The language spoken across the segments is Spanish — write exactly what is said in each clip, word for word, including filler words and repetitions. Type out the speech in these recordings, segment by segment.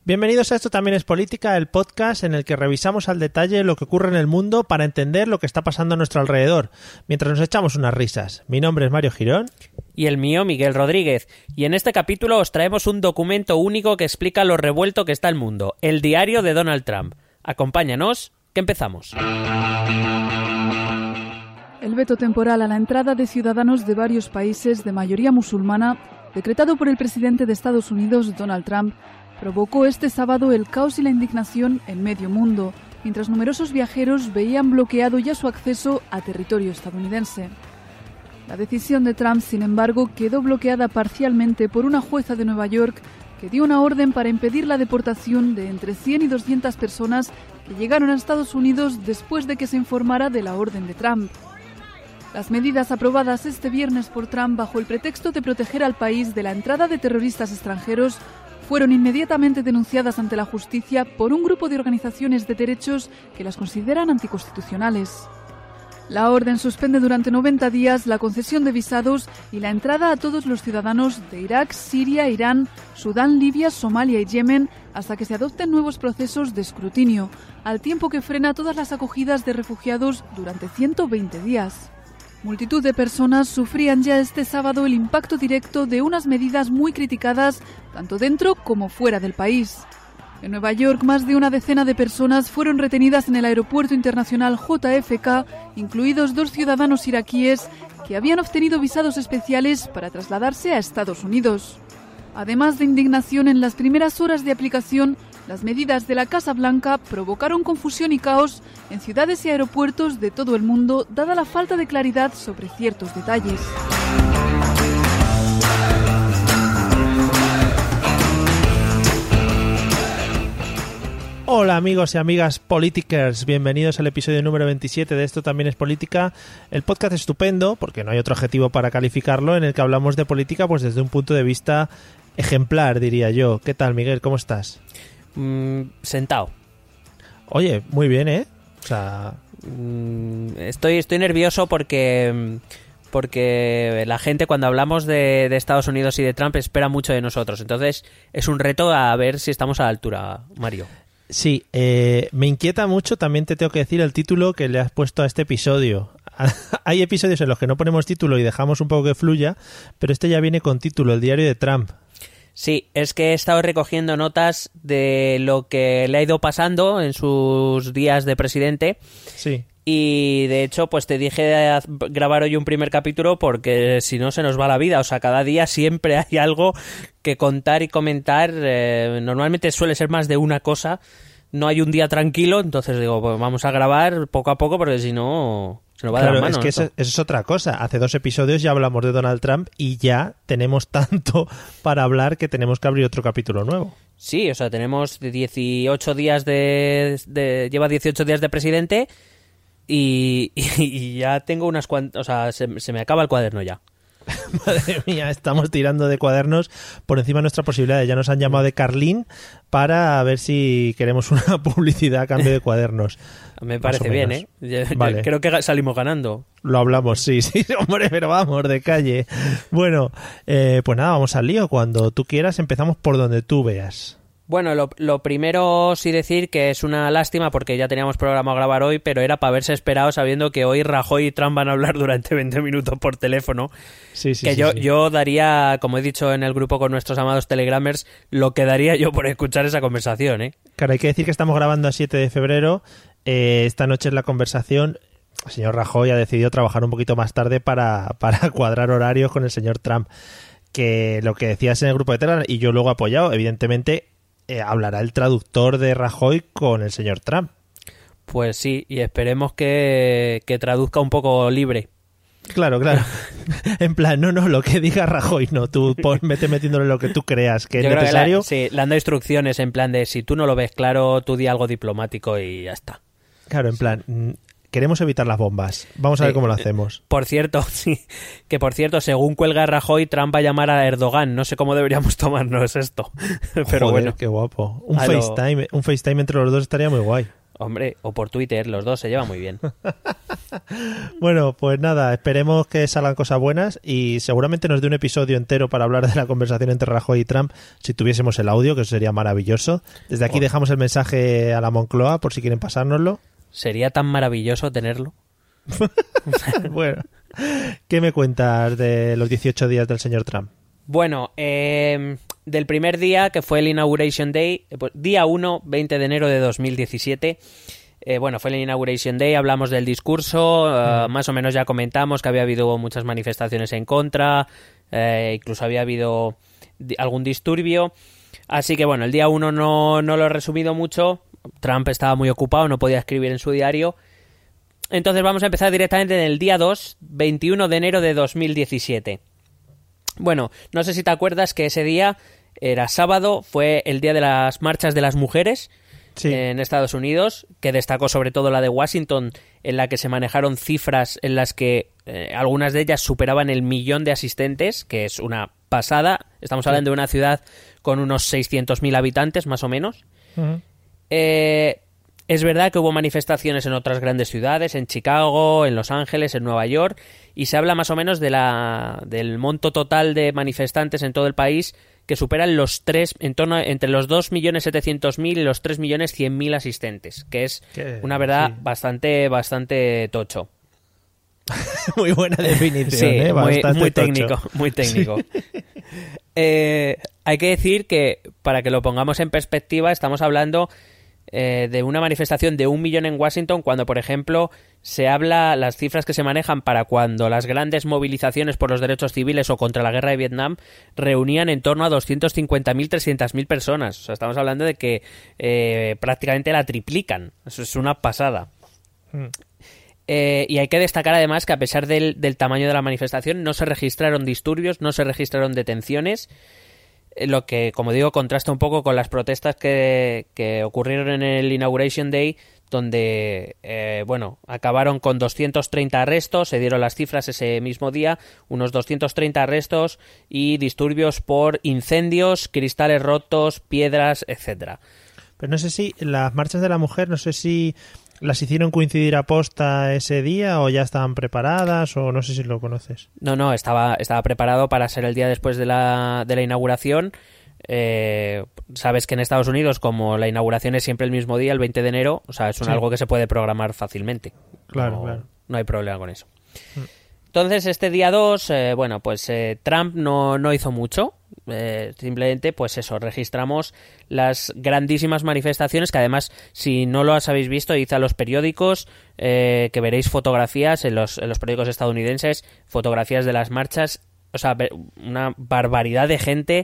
Bienvenidos a Esto También es Política, el podcast en el que revisamos al detalle lo que ocurre en el mundo para entender lo que está pasando a nuestro alrededor, mientras nos echamos unas risas. Mi nombre es Mario Girón. Y el mío, Miguel Rodríguez. Y en este capítulo os traemos un documento único que explica lo revuelto que está el mundo, el diario de Donald Trump. Acompáñanos, que empezamos. El veto temporal a la entrada de ciudadanos de varios países de mayoría musulmana, decretado por el presidente de Estados Unidos, Donald Trump, provocó este sábado el caos y la indignación en medio mundo, mientras numerosos viajeros veían bloqueado ya su acceso a territorio estadounidense. La decisión de Trump, sin embargo, quedó bloqueada parcialmente por una jueza de Nueva York que dio una orden para impedir la deportación de entre cien y doscientas personas que llegaron a Estados Unidos después de que se informara de la orden de Trump. Las medidas aprobadas este viernes por Trump bajo el pretexto de proteger al país de la entrada de terroristas extranjeros fueron inmediatamente denunciadas ante la justicia por un grupo de organizaciones de derechos que las consideran anticonstitucionales. La orden suspende durante noventa días la concesión de visados y la entrada a todos los ciudadanos de Irak, Siria, Irán, Sudán, Libia, Somalia y Yemen hasta que se adopten nuevos procesos de escrutinio, al tiempo que frena todas las acogidas de refugiados durante ciento veinte días. Multitud de personas sufrían ya este sábado el impacto directo de unas medidas muy criticadas tanto dentro como fuera del país. En Nueva York, más de una decena de personas fueron retenidas en el aeropuerto internacional J F K, incluidos dos ciudadanos iraquíes que habían obtenido visados especiales para trasladarse a Estados Unidos. Además de indignación en las primeras horas de aplicación, las medidas de la Casa Blanca provocaron confusión y caos en ciudades y aeropuertos de todo el mundo, dada la falta de claridad sobre ciertos detalles. Hola amigos y amigas politikers, bienvenidos al episodio número veintisiete de Esto También es Política, el podcast estupendo, porque no hay otro adjetivo para calificarlo, en el que hablamos de política pues desde un punto de vista ejemplar, diría yo. ¿Qué tal, Miguel? ¿Cómo estás? Mm, sentado. Oye, muy bien, ¿eh? O sea... Mm, estoy, estoy nervioso porque... porque la gente cuando hablamos de, de Estados Unidos y de Trump espera mucho de nosotros. Entonces es un reto a ver si estamos a la altura, Mario. Sí, eh, me inquieta mucho, también te tengo que decir el título que le has puesto a este episodio. Hay episodios en los que no ponemos título y dejamos un poco que fluya, pero este ya viene con título, el diario de Trump. Sí, es que he estado recogiendo notas de lo que le ha ido pasando en sus días de presidente. Sí. Y de hecho, pues te dije grabar hoy un primer capítulo porque si no se nos va la vida. O sea, cada día siempre hay algo que contar y comentar. Eh, normalmente suele ser más de una cosa. No hay un día tranquilo, entonces digo, pues vamos a grabar poco a poco porque si no se nos va claro, de las manos. Es que eso, eso es otra cosa. Hace dos episodios ya hablamos de Donald Trump y ya tenemos tanto para hablar que tenemos que abrir otro capítulo nuevo. Sí, o sea, tenemos dieciocho días de... de lleva dieciocho días de presidente... Y, y, y ya tengo unas cuantas... O sea, se, se me acaba el cuaderno ya. Madre mía, estamos tirando de cuadernos por encima de nuestras posibilidades. Ya nos han llamado de Carlín para ver si queremos una publicidad a cambio de cuadernos. Me parece bien, ¿eh? Yo, vale. Yo creo que salimos ganando. Lo hablamos, sí, sí, hombre, pero vamos, de calle. Bueno, eh, pues nada, vamos al lío. Cuando tú quieras empezamos por donde tú veas. Bueno, lo, lo primero sí decir que es una lástima porque ya teníamos programado grabar hoy, pero era para haberse esperado sabiendo que hoy Rajoy y Trump van a hablar durante veinte minutos por teléfono. Sí, sí, que sí, yo, sí. yo daría, como he dicho en el grupo con nuestros amados telegramers, lo que daría yo por escuchar esa conversación, ¿eh? Claro, hay que decir que estamos grabando a siete de febrero. Eh, esta noche es la conversación. El señor Rajoy ha decidido trabajar un poquito más tarde para, para cuadrar horarios con el señor Trump. Que lo que decías en el grupo de Telegram, y yo luego he apoyado, evidentemente... Eh, hablará el traductor de Rajoy con el señor Trump. Pues sí, y esperemos que, que traduzca un poco libre. Claro, claro. En plan, no, no, lo que diga Rajoy, no, tú pon, vete metiéndole lo que tú creas que Yo es creo necesario. Que la, sí, le han dado instrucciones en plan de si tú no lo ves claro, tú di algo diplomático y ya está. Claro, en plan... Queremos evitar las bombas. Vamos a sí. ver cómo lo hacemos. Por cierto, sí, que por cierto, según cuelga Rajoy, Trump va a llamar a Erdogan. No sé cómo deberíamos tomarnos esto. Pero Joder, bueno. Qué guapo. Un a FaceTime, lo... un FaceTime entre los dos estaría muy guay. Hombre, o por Twitter, los dos se llevan muy bien. Bueno, pues nada, esperemos que salgan cosas buenas y seguramente nos dé un episodio entero para hablar de la conversación entre Rajoy y Trump si tuviésemos el audio, que eso sería maravilloso. Desde aquí oh. dejamos el mensaje a la Moncloa por si quieren pasárnoslo. Sería tan maravilloso tenerlo. Bueno, ¿qué me cuentas de los dieciocho días del señor Trump? Bueno, eh, del primer día, que fue el Inauguration Day, pues, día uno, veinte de enero de dos mil diecisiete... Eh, bueno, fue el Inauguration Day, hablamos del discurso, uh, mm. más o menos ya comentamos que había habido muchas manifestaciones en contra, eh, incluso había habido di- algún disturbio. Así que bueno, el día uno no, no lo he resumido mucho, Trump estaba muy ocupado, no podía escribir en su diario. Entonces vamos a empezar directamente en el día dos, veintiuno de enero de dos mil diecisiete. Bueno, no sé si te acuerdas que ese día era sábado, fue el día de las marchas de las mujeres. Sí. En Estados Unidos, que destacó sobre todo la de Washington, en la que se manejaron cifras en las que eh, algunas de ellas superaban el millón de asistentes, que es una pasada. Estamos sí. hablando de una ciudad con unos seiscientos mil habitantes, más o menos. Uh-huh. Eh, es verdad que hubo manifestaciones en otras grandes ciudades, en Chicago, en Los Ángeles, en Nueva York, y se habla más o menos de la, del monto total de manifestantes en todo el país, que superan los tres, en torno entre los dos millones setecientos mil y los tres millones cien mil asistentes, que es ¿Qué? una verdad sí. bastante bastante tocho. Muy buena definición, sí, ¿eh? muy, muy tocho. técnico, muy técnico. Sí. Eh, hay que decir que, para que lo pongamos en perspectiva, estamos hablando eh, de una manifestación de un millón en Washington, cuando, por ejemplo, se habla, las cifras que se manejan para cuando las grandes movilizaciones por los derechos civiles o contra la guerra de Vietnam reunían en torno a doscientos cincuenta mil, trescientas mil personas. O sea, estamos hablando de que eh, prácticamente la triplican. Eso es una pasada. Mm. Eh, y hay que destacar además que a pesar del, del tamaño de la manifestación no se registraron disturbios, no se registraron detenciones, eh, lo que, como digo, contrasta un poco con las protestas que, que ocurrieron en el Inauguration Day, donde, eh, bueno, acabaron con doscientos treinta arrestos, se dieron las cifras ese mismo día, unos doscientos treinta arrestos y disturbios por incendios, cristales rotos, piedras, etcétera. Pero no sé si las marchas de la mujer, no sé si las hicieron coincidir a posta ese día o ya estaban preparadas, o no sé si lo conoces. No, no, estaba, estaba preparado para ser el día después de la, de la inauguración. Eh, sabes que en Estados Unidos, como la inauguración es siempre el mismo día, el veinte de enero, o sea, es un sí. algo que se puede programar fácilmente. Claro, no, claro. No hay problema con eso. Mm. Entonces, este día dos, eh, bueno, pues eh, Trump no, no hizo mucho. Eh, simplemente, pues eso, registramos las grandísimas manifestaciones, que además, si no lo habéis visto, id a los periódicos, eh, que veréis fotografías en los, en los periódicos estadounidenses, fotografías de las marchas, o sea, una barbaridad de gente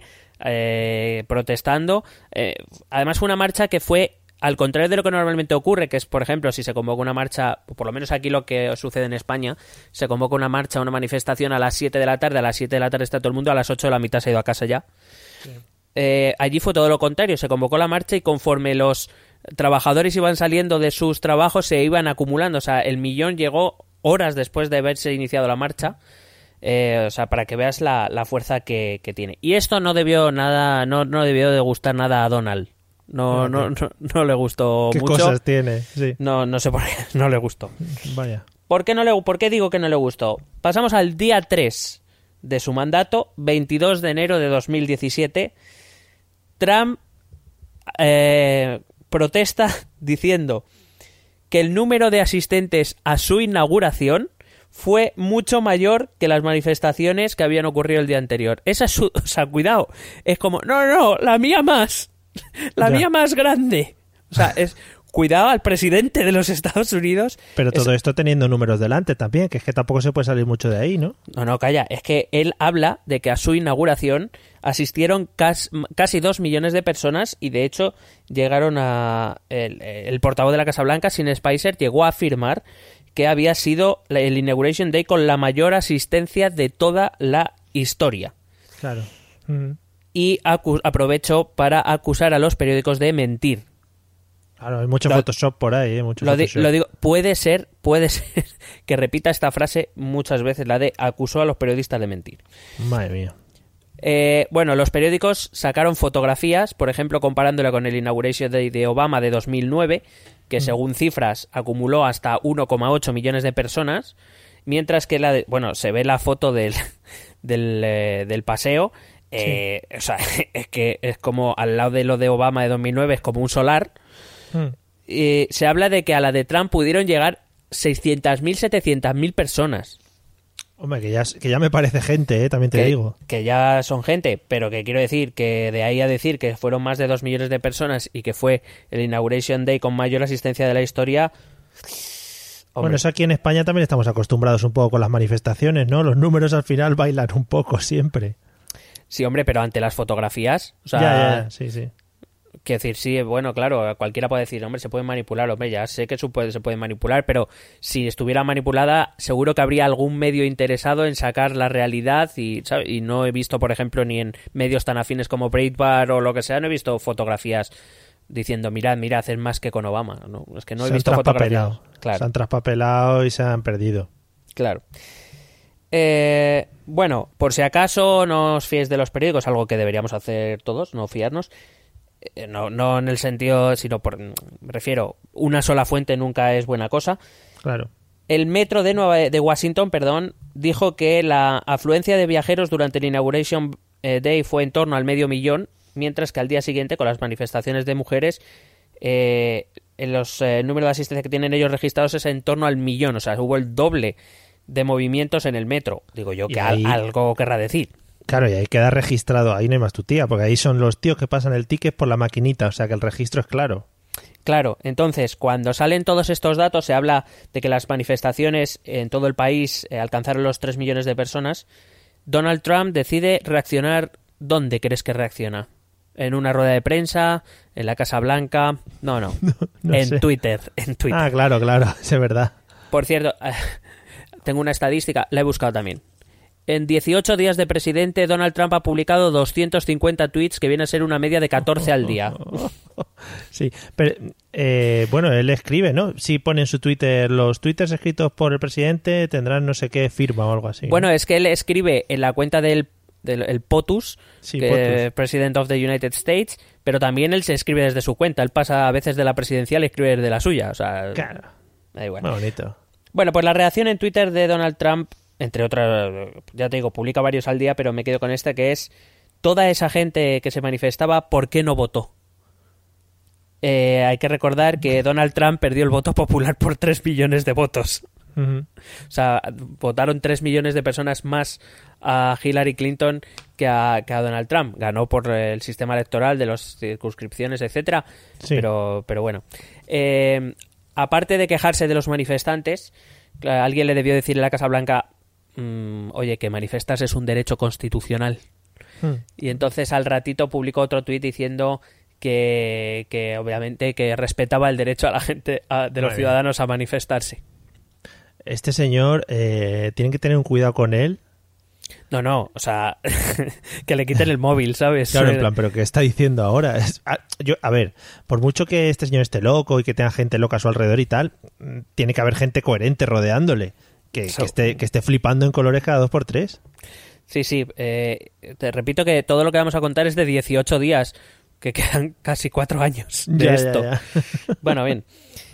eh, protestando. Eh, además fue una marcha que fue, al contrario de lo que normalmente ocurre, que es, por ejemplo, si se convoca una marcha, por lo menos aquí lo que sucede en España, se convoca una marcha, una manifestación a las siete de la tarde, a las siete de la tarde está todo el mundo, a las ocho de la mitad se ha ido a casa ya. Sí. Eh, allí fue todo lo contrario, se convocó la marcha y conforme los trabajadores iban saliendo de sus trabajos se iban acumulando, o sea, el millón llegó horas después de haberse iniciado la marcha. Eh, o sea, para que veas la, la fuerza que, que tiene. Y esto no debió nada, no, no debió de gustar nada a Donald. No, no, no, no le gustó ¿Qué mucho. ¿Qué cosas tiene? Sí. No, no sé por qué, no le gustó. Vaya. ¿Por qué, no le, ¿Por qué digo que no le gustó? Pasamos al día tres de su mandato, veintidós de enero de dos mil diecisiete. Trump eh, protesta diciendo que el número de asistentes a su inauguración fue mucho mayor que las manifestaciones que habían ocurrido el día anterior. Esa es su... O sea, cuidado. Es como, no, no, la mía más. La ya. mía más grande. O sea, es... Cuidado al presidente de los Estados Unidos. Pero todo es... esto teniendo números delante también, que es que tampoco se puede salir mucho de ahí, ¿no? No, no, calla. Es que él habla de que a su inauguración asistieron casi, casi dos millones de personas y, de hecho, llegaron a... El, el portavoz de la Casa Blanca, Sean Spicer, llegó a afirmar que había sido el Inauguration Day con la mayor asistencia de toda la historia. Claro. Mm. Y acu- aprovechó para acusar a los periódicos de mentir. Claro, hay mucho lo, Photoshop por ahí, ¿eh? Mucho lo, Photoshop. Di, lo digo, puede ser, puede ser que repita esta frase muchas veces, la de acusó a los periodistas de mentir. Madre mía. Eh, bueno, los periódicos sacaron fotografías, por ejemplo, comparándola con el Inauguration Day de Obama de dos mil nueve, que según cifras acumuló hasta uno coma ocho millones de personas, mientras que la de, bueno, se ve la foto del, del, eh, del paseo, eh, sí. O sea, es que es como al lado de lo de Obama de dos mil nueve, es como un solar. Mm. Eh, se habla de que a la de Trump pudieron llegar seiscientas mil, setecientas mil personas. Hombre, que ya, que ya me parece gente, ¿eh? También te que, digo. Que ya son gente, pero que quiero decir que de ahí a decir que fueron más de dos millones de personas y que fue el Inauguration Day con mayor asistencia de la historia... Hombre. Bueno, eso aquí en España también estamos acostumbrados un poco con las manifestaciones, ¿no? Los números al final bailan un poco siempre. Sí, hombre, pero ante las fotografías... O sea, ya, ya, sí, sí. Quiero decir, sí, bueno, claro, cualquiera puede decir, hombre, se puede manipular, hombre, ya sé que se puede, se puede manipular, pero si estuviera manipulada, seguro que habría algún medio interesado en sacar la realidad y, ¿sabes? Y no he visto, por ejemplo, ni en medios tan afines como Breitbart o lo que sea, no he visto fotografías diciendo, mirad, mirad, es más que con Obama, ¿no? Es que no he se visto han fotografías. Claro. Se han traspapelado y se han perdido. Claro. Eh, bueno, por si acaso no os fiéis de los periódicos, algo que deberíamos hacer todos, no fiarnos. No, no en el sentido, sino por, me refiero, una sola fuente nunca es buena cosa. Claro. El metro de, Nueva, de Washington, perdón, dijo que la afluencia de viajeros durante el Inauguration Day fue en torno al medio millón, mientras que al día siguiente, con las manifestaciones de mujeres, eh, en los eh, números de asistencia que tienen ellos registrados es en torno al millón. O sea, hubo el doble de movimientos en el metro. Digo yo que ahí... al, algo querrá decir. Claro, y ahí queda registrado, ahí no hay más tu tía, porque ahí son los tíos que pasan el ticket por la maquinita, o sea que el registro es claro. Claro, entonces, cuando salen todos estos datos, se habla de que las manifestaciones en todo el país eh, alcanzaron los tres millones de personas. Donald Trump decide reaccionar. ¿Dónde crees que reacciona? ¿En una rueda de prensa? ¿En la Casa Blanca? No, no, no, no en sé. Twitter, en Twitter. Ah, claro, claro, es verdad. Por cierto, tengo una estadística, la he buscado también. En dieciocho días de presidente, Donald Trump ha publicado doscientos cincuenta tweets, que viene a ser una media de catorce al día. Sí, pero eh, bueno, él escribe, ¿no? Si pone en su Twitter, los tweets escritos por el presidente tendrán no sé qué firma o algo así. Bueno, ¿no? Es que él escribe en la cuenta del, del el POTUS, sí, que POTUS. President of the United States, pero también él se escribe desde su cuenta. Él pasa a veces de la presidencial y escribe desde la suya. O sea, claro. Da igual. Muy bonito. Bueno, pues la reacción en Twitter de Donald Trump, entre otras, ya te digo, publica varios al día, pero me quedo con esta, que es toda esa gente que se manifestaba, ¿por qué no votó? Eh, hay que recordar que Donald Trump perdió el voto popular por tres millones de votos. Uh-huh. O sea, votaron tres millones de personas más a Hillary Clinton que a, que a Donald Trump. Ganó por el sistema electoral de las circunscripciones, etcétera. Sí. Pero, pero bueno. Eh, aparte de quejarse de los manifestantes, alguien le debió decir en la Casa Blanca, Mm, oye, que manifestarse es un derecho constitucional. Hmm. Y entonces al ratito publicó otro tuit diciendo que, que obviamente que respetaba el derecho a la gente, a, de los Muy ciudadanos bien. A manifestarse. Este señor, eh, tienen que tener un cuidado con él. No, no, o sea, que le quiten el móvil, ¿sabes? Claro, en plan, pero ¿qué está diciendo ahora? Es, a, yo, a ver, por mucho que este señor esté loco y que tenga gente loca a su alrededor y tal, tiene que haber gente coherente rodeándole. Que, que, esté, que esté flipando en colores cada dos por tres. Sí, sí. Eh, te repito que todo lo que vamos a contar es de dieciocho días, que quedan casi cuatro años de ya, esto. Ya, ya. Bueno, bien.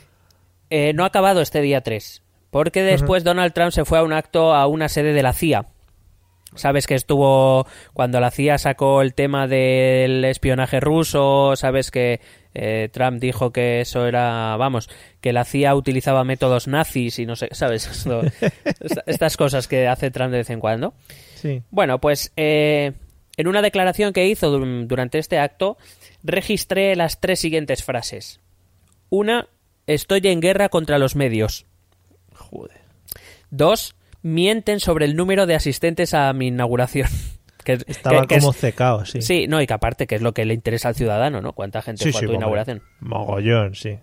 Eh, no ha acabado este día tres, porque después uh-huh. Donald Trump se fue a un acto a una sede de la C I A. Sabes que estuvo cuando la C I A sacó el tema del espionaje ruso, sabes que eh, Trump dijo que eso era, vamos, que la C I A utilizaba métodos nazis y no sé, ¿sabes? Esto, estas cosas que hace Trump de vez en cuando. Sí. Bueno, pues eh, en una declaración que hizo durante este acto, registré las tres siguientes frases. Una, estoy en guerra contra los medios. Joder. Dos, mienten sobre el número de asistentes a mi inauguración. Que, Estaba que, que como es, secado, sí. Sí, no, y que aparte que es lo que le interesa al ciudadano, ¿no? Cuánta gente sí, fue sí, a tu inauguración. Mogollón, sí.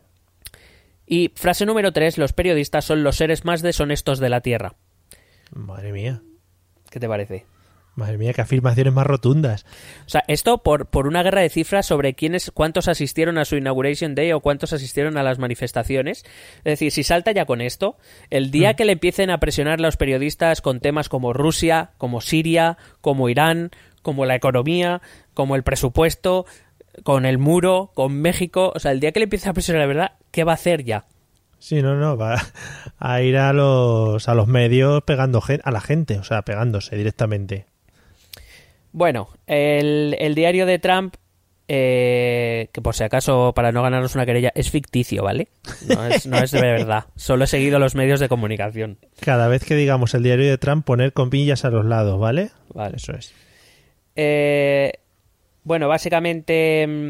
Y frase número tres, los periodistas son los seres más deshonestos de la Tierra. Madre mía. ¿Qué te parece? Madre mía, qué afirmaciones más rotundas. O sea, esto por, por una guerra de cifras sobre quiénes, cuántos asistieron a su Inauguration Day o cuántos asistieron a las manifestaciones. Es decir, si salta ya con esto, el día mm. que le empiecen a presionar los periodistas con temas como Rusia, como Siria, como Irán, como la economía, como el presupuesto, con el muro, con México. O sea, el día que le empiece a presionar la verdad, ¿qué va a hacer ya? Sí, no, no, va a ir a los, a los medios pegando a la gente, o sea, pegándose directamente. Bueno, el, el diario de Trump, eh, que por si acaso, para no ganarnos una querella, es ficticio, ¿vale? No es, no es de verdad. Solo he seguido los medios de comunicación. Cada vez que digamos el diario de Trump, poner comillas a los lados, ¿vale? Vale. Eso es. Eh, bueno, básicamente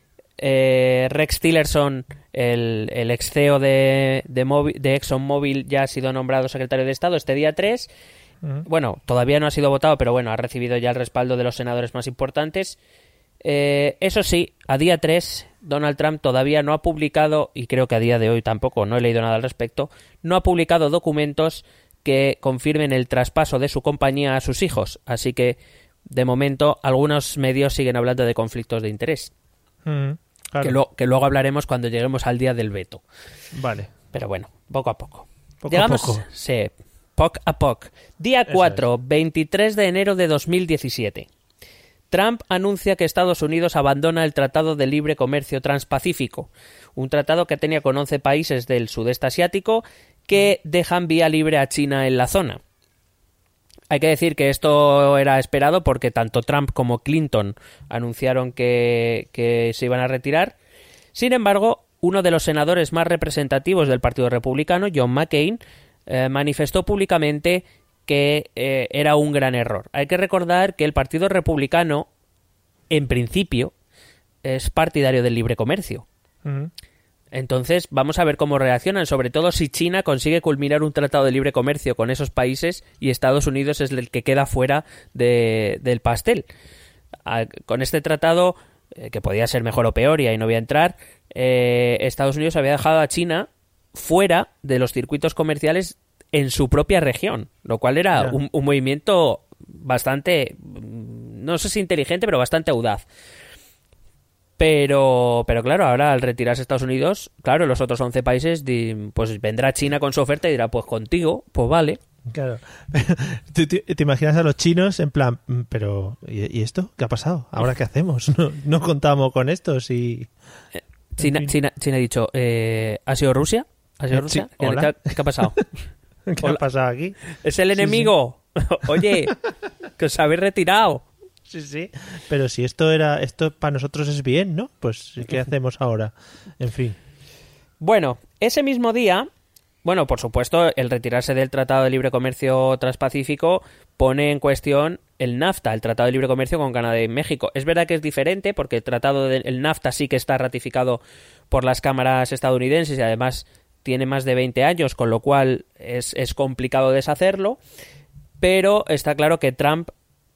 eh, Rex Tillerson, el, el ex C E O de, de, Mobil, de ExxonMobil, ya ha sido nombrado secretario de Estado este día tres. Uh-huh. Bueno, todavía no ha sido votado, pero bueno, ha recibido ya el respaldo de los senadores más importantes. Eh, eso sí, a día tres, Donald Trump todavía no ha publicado, y creo que a día de hoy tampoco, no he leído nada al respecto, no ha publicado documentos que confirmen el traspaso de su compañía a sus hijos. Así que, de momento, algunos medios siguen hablando de conflictos de interés. Mm, claro. que, lo, que luego hablaremos cuando lleguemos al día del veto. Vale. Pero bueno, poco a poco. Poco Llegamos, a poco. Sí, poco a poco. Día cuatro, es. veintitrés de enero de dos mil diecisiete. Trump anuncia que Estados Unidos abandona el Tratado de Libre Comercio Transpacífico, un tratado que tenía con once países del sudeste asiático que dejan vía libre a China en la zona. Hay que decir que esto era esperado porque tanto Trump como Clinton anunciaron que, que se iban a retirar. Sin embargo, uno de los senadores más representativos del Partido Republicano, John McCain, eh, manifestó públicamente que eh, era un gran error. Hay que recordar que el Partido Republicano, en principio, es partidario del libre comercio. Uh-huh. Entonces, vamos a ver cómo reaccionan, sobre todo si China consigue culminar un tratado de libre comercio con esos países y Estados Unidos es el que queda fuera de, del pastel. A, con este tratado, eh, que podía ser mejor o peor, y ahí no voy a entrar, eh, Estados Unidos había dejado a China fuera de los circuitos comerciales en su propia región, lo cual era yeah. un, un movimiento bastante, no sé si inteligente, pero bastante audaz. Pero, pero claro, ahora al retirarse Estados Unidos, claro, los otros once países, pues vendrá China con su oferta y dirá, pues contigo, pues vale. Claro. ¿Te, te, te imaginas a los chinos en plan, pero ¿y, y esto? ¿Qué ha pasado? ¿Ahora qué hacemos? No, no contamos con esto. Si... China, China, China ha dicho, eh, ¿ha sido Rusia? ¿Ha sido Rusia? Sí, ¿Qué, ¿Qué, ¿Qué ha pasado? ¿Qué Hola. ha pasado aquí? Es el enemigo. Sí, sí. Oye, que os habéis retirado. Sí, sí, pero si esto era esto para nosotros es bien, ¿no? Pues ¿qué hacemos ahora? En fin. Bueno, ese mismo día, bueno, por supuesto, el retirarse del Tratado de Libre Comercio Transpacífico pone en cuestión el NAFTA, el Tratado de Libre Comercio con Canadá y México. Es verdad que es diferente porque el Tratado del NAFTA sí que está ratificado por las cámaras estadounidenses y además tiene más de veinte años, con lo cual es, es complicado deshacerlo, pero está claro que Trump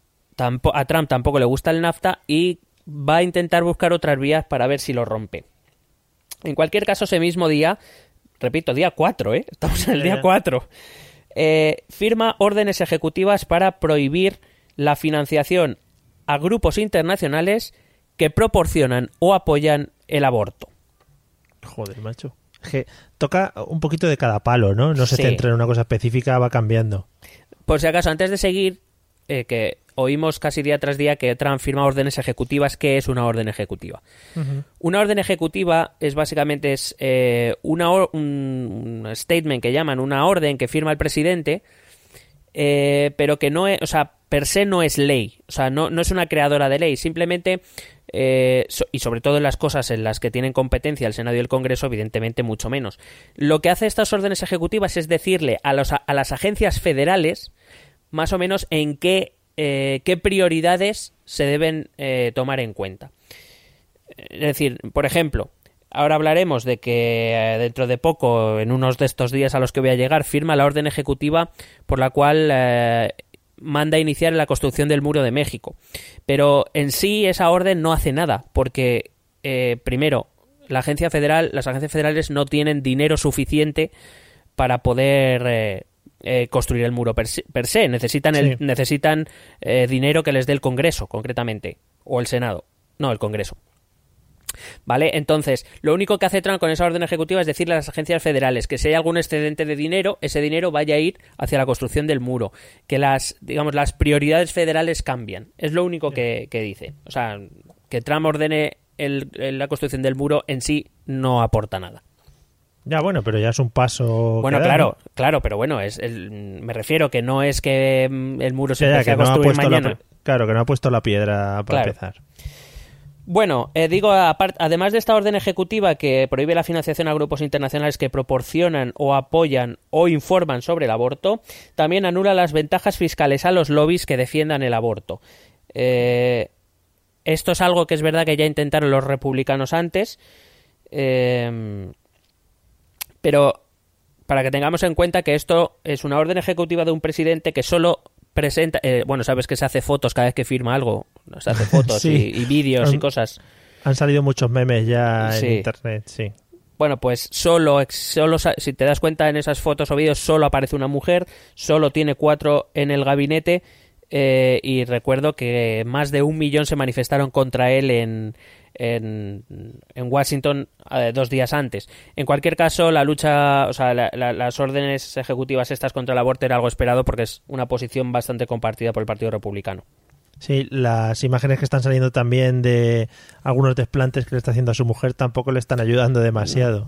a Trump tampoco le gusta el NAFTA y va a intentar buscar otras vías para ver si lo rompe. En cualquier caso, ese mismo día, repito, día cuatro, ¿eh? Estamos en el día cuatro, eh, firma órdenes ejecutivas para prohibir la financiación a grupos internacionales que proporcionan o apoyan el aborto. Joder, macho. Que toca un poquito de cada palo, ¿no? No se sí. centra en una cosa específica, va cambiando. Por si acaso, antes de seguir, eh, que oímos casi día tras día que Trump firma órdenes ejecutivas. ¿Qué es una orden ejecutiva? Uh-huh. Una orden ejecutiva es básicamente es, eh, una or- un, un statement que llaman una orden que firma el presidente, eh, pero que no es, o sea, per se no es ley, o sea, no, no es una creadora de ley, simplemente, eh, so, y sobre todo en las cosas en las que tienen competencia el Senado y el Congreso, evidentemente mucho menos. Lo que hace estas órdenes ejecutivas es decirle a, los, a las agencias federales más o menos en qué Eh, qué prioridades se deben eh, tomar en cuenta. Es decir, por ejemplo, ahora hablaremos de que eh, dentro de poco, en unos de estos días a los que voy a llegar, firma la orden ejecutiva por la cual eh, manda iniciar la construcción del muro de México. Pero en sí esa orden no hace nada, porque eh, primero, la agencia federal, las agencias federales no tienen dinero suficiente para poder eh, Eh, construir el muro per se, per se. necesitan el, sí. necesitan eh, dinero que les dé el Congreso, concretamente, o el Senado, no, el Congreso. ¿Vale? Entonces, lo único que hace Trump con esa orden ejecutiva es decirle a las agencias federales que si hay algún excedente de dinero, ese dinero vaya a ir hacia la construcción del muro, que las, digamos, las prioridades federales cambian. Es lo único que, que dice. O sea, que Trump ordene el, el, la construcción del muro en sí no aporta nada. Ya, bueno, pero ya es un paso. Bueno, que da, claro, ¿no? claro, pero bueno, es el, me refiero que no es que el muro se Ya, ya, empiece que a no ha construir puesto mañana. la, claro, que no ha puesto la piedra para Claro. empezar. Bueno, eh, digo, apart- además de esta orden ejecutiva que prohíbe la financiación a grupos internacionales que proporcionan o apoyan o informan sobre el aborto, también anula las ventajas fiscales a los lobbies que defiendan el aborto. Eh, esto es algo que es verdad que ya intentaron los republicanos antes, eh, pero para que tengamos en cuenta que esto es una orden ejecutiva de un presidente que solo presenta, eh, bueno, sabes que se hace fotos cada vez que firma algo, se hace fotos Sí. y, y vídeos y Han- cosas. Han salido muchos memes ya Sí. en internet, sí. Bueno, pues solo, solo, si te das cuenta en esas fotos o vídeos, solo aparece una mujer, solo tiene cuatro en el gabinete, eh, y recuerdo que más de un millón se manifestaron contra él en, en, en Washington eh, dos días antes. En cualquier caso, la lucha, o sea, la, la, las órdenes ejecutivas estas contra el aborto era algo esperado porque es una posición bastante compartida por el Partido Republicano. Sí, las imágenes que están saliendo también de algunos desplantes que le está haciendo a su mujer tampoco le están ayudando demasiado.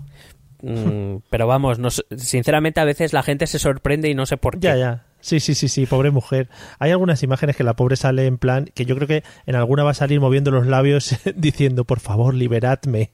Mm, pero vamos, no, sinceramente a veces la gente se sorprende y no sé por qué. Ya, ya. Sí, sí, sí, sí, pobre mujer. Hay algunas imágenes que la pobre sale en plan, que yo creo que en alguna va a salir moviendo los labios diciendo, por favor, liberadme.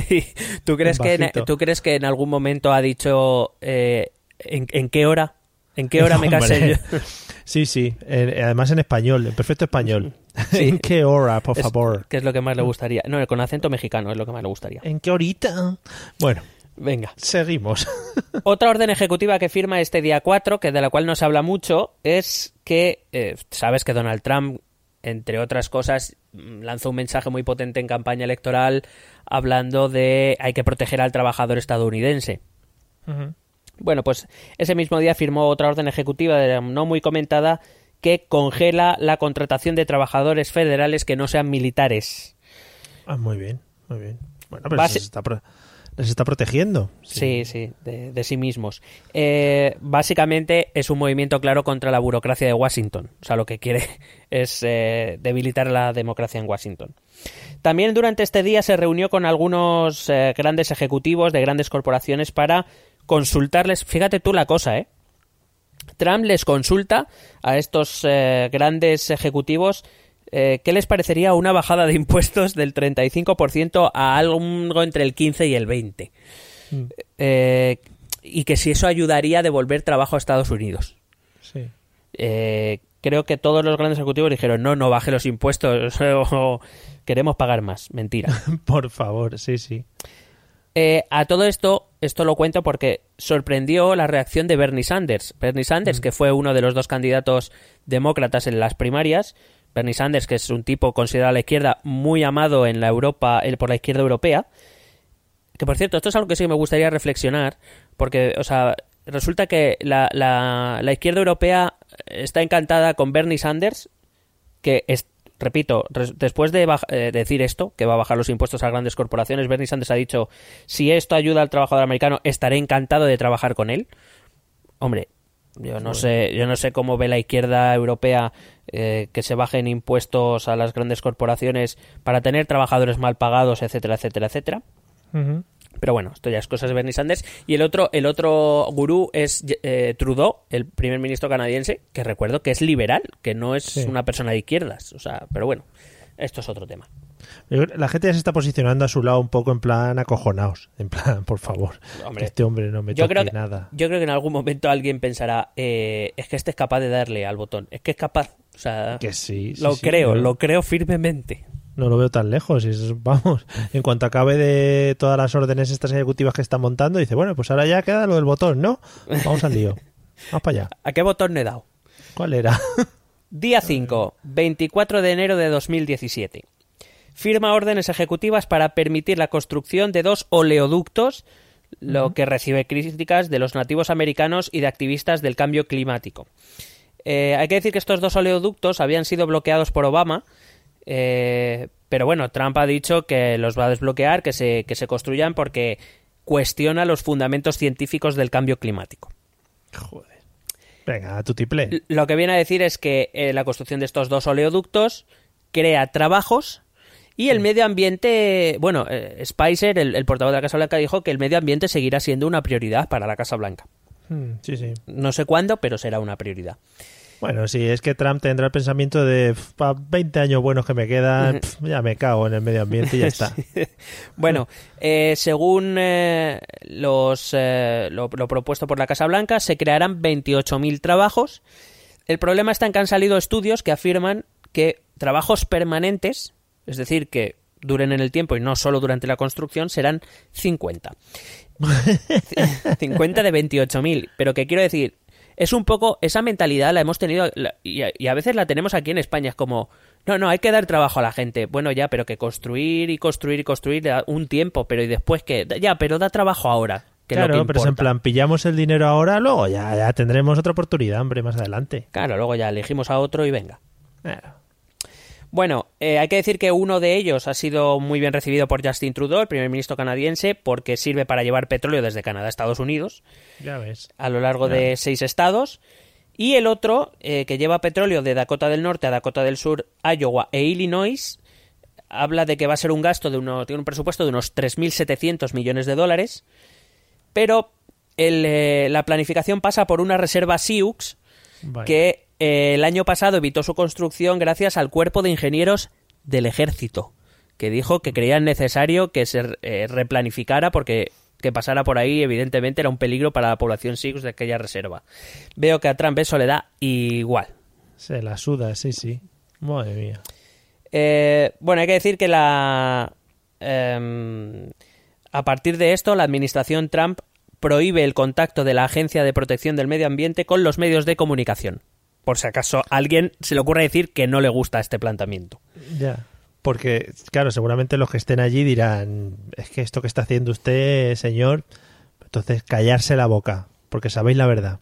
¿Tú crees, que en, Bajito. ¿Tú crees que en algún momento ha dicho eh, ¿en, en qué hora? ¿En qué hora me casé Hombre. yo? Sí, sí, en- además en español, en perfecto español. Sí. ¿En qué hora, por Es- favor? que es lo que más le gustaría. No, con acento mexicano es lo que más le gustaría. ¿En qué horita? Bueno, Venga. seguimos. Otra orden ejecutiva que firma este día cuatro, que de la cual no se habla mucho, es que, eh, sabes que Donald Trump, entre otras cosas, lanzó un mensaje muy potente en campaña electoral hablando de hay que proteger al trabajador estadounidense. Ujú. Bueno, pues ese mismo día firmó otra orden ejecutiva de- no muy comentada que congela la contratación de trabajadores federales que no sean militares. Ah, muy bien, muy bien. Bueno, pero Base- les está, pro- les está protegiendo. Sí, sí, de, de sí mismos. Eh, básicamente es un movimiento claro contra la burocracia de Washington. O sea, lo que quiere es eh, debilitar la democracia en Washington. También durante este día se reunió con algunos eh, grandes ejecutivos de grandes corporaciones para consultarles. Fíjate tú la cosa, ¿eh? Trump les consulta a estos eh, grandes ejecutivos eh, qué les parecería una bajada de impuestos del treinta y cinco por ciento a algo entre el quince y el veinte. Mm. Eh, y que si eso ayudaría a devolver trabajo a Estados Unidos. Sí. Eh, creo que todos los grandes ejecutivos dijeron no, no baje los impuestos o queremos pagar más. Mentira. Por favor, sí, sí. Eh, a todo esto, esto lo cuento porque sorprendió la reacción de Bernie Sanders. Bernie Sanders, mm. que fue uno de los dos candidatos demócratas en las primarias. Bernie Sanders, que es un tipo considerado a la izquierda, muy amado en la Europa, por la izquierda europea. Que por cierto, esto es algo que sí que me gustaría reflexionar, porque, o sea, resulta que la, la, la izquierda europea está encantada con Bernie Sanders, que es, repito, res, después de, baj- eh, decir esto, que va a bajar los impuestos a grandes corporaciones, Bernie Sanders ha dicho, si esto ayuda al trabajador americano, estaré encantado de trabajar con él. Hombre, yo no bueno. sé, yo no sé cómo ve la izquierda europea eh, que se bajen impuestos a las grandes corporaciones para tener trabajadores mal pagados, etcétera, etcétera, etcétera. Uh-huh. Pero bueno, esto ya es cosas de Bernie Sanders. Y el otro, el otro gurú es eh, Trudeau, el primer ministro canadiense, que recuerdo que es liberal, que no es sí. una persona de izquierdas. O sea, pero bueno, esto es otro tema. La gente ya se está posicionando a su lado un poco en plan acojonados. En plan, por favor, hombre, que este hombre no me yo toque creo que, nada. Yo creo que en algún momento alguien pensará, eh, es que este es capaz de darle al botón. Es que es capaz. O sea, que sí, sí lo sí, creo, sí, lo creo firmemente. No lo veo tan lejos. Y es, vamos, en cuanto acabe de todas las órdenes estas ejecutivas que están montando, dice, bueno, pues ahora ya queda lo del botón, ¿no? Vamos al lío. Vamos para allá. ¿A qué botón le he dado? ¿Cuál era? Día cinco, veinticuatro de enero de dos mil diecisiete. Firma órdenes ejecutivas para permitir la construcción de dos oleoductos, lo uh-huh. que recibe críticas de los nativos americanos y de activistas del cambio climático. Eh, hay que decir que estos dos oleoductos habían sido bloqueados por Obama, eh, Pero bueno, Trump ha dicho que los va a desbloquear, que se, que se construyan porque cuestiona los fundamentos científicos del cambio climático. Joder. Venga, a tu tiple. Lo que viene a decir es que eh, la construcción de estos dos oleoductos crea trabajos y el medio ambiente... Bueno, eh, Spicer, el, el portavoz de la Casa Blanca, dijo que el medio ambiente seguirá siendo una prioridad para la Casa Blanca. Mm, sí, sí. No sé cuándo, pero será una prioridad. Bueno, sí, es que Trump tendrá el pensamiento de para veinte años buenos que me quedan, pf, ya me cago en el medio ambiente y ya está. Sí. Bueno, eh, según eh, los eh, lo, lo propuesto por la Casa Blanca, se crearán veintiocho mil trabajos. El problema está en que han salido estudios que afirman que trabajos permanentes, es decir, que duren en el tiempo y no solo durante la construcción, serán cincuenta. cincuenta de veintiocho mil, pero que quiero decir... Es un poco, esa mentalidad la hemos tenido la, y, a, y a veces la tenemos aquí en España, es como, no, no, hay que dar trabajo a la gente. Bueno, ya, pero que construir y construir y construir da un tiempo, pero ¿y después qué? Ya, pero da trabajo ahora. Que claro, es lo que pero es en plan, pillamos el dinero ahora, luego ya, ya tendremos otra oportunidad, hombre, más adelante. Claro, luego ya elegimos a otro y venga. Claro. Bueno, eh, hay que decir que uno de ellos ha sido muy bien recibido por Justin Trudeau, el primer ministro canadiense, porque sirve para llevar petróleo desde Canadá a Estados Unidos. Ya ves. A lo largo ya. de seis estados. Y el otro, eh, que lleva petróleo de Dakota del Norte a Dakota del Sur, Iowa e Illinois, habla de que va a ser un gasto de uno, tiene un presupuesto de unos tres mil setecientos millones de dólares, pero el, eh, la planificación pasa por una reserva Sioux Vale. que eh, el año pasado evitó su construcción gracias al Cuerpo de Ingenieros del Ejército, que dijo que creían necesario que se eh, replanificara porque que pasara por ahí evidentemente era un peligro para la población Sioux de aquella reserva. Veo que a Trump eso le da igual. Se la suda, sí, sí. Madre mía. Eh, bueno, hay que decir que la eh, a partir de esto la administración Trump prohíbe el contacto de la Agencia de Protección del Medio Ambiente con los medios de comunicación. Por si acaso a alguien se le ocurre decir que no le gusta este planteamiento. Ya. Porque, claro, seguramente los que estén allí dirán, es que esto que está haciendo usted, señor, entonces callarse la boca, porque sabéis la verdad.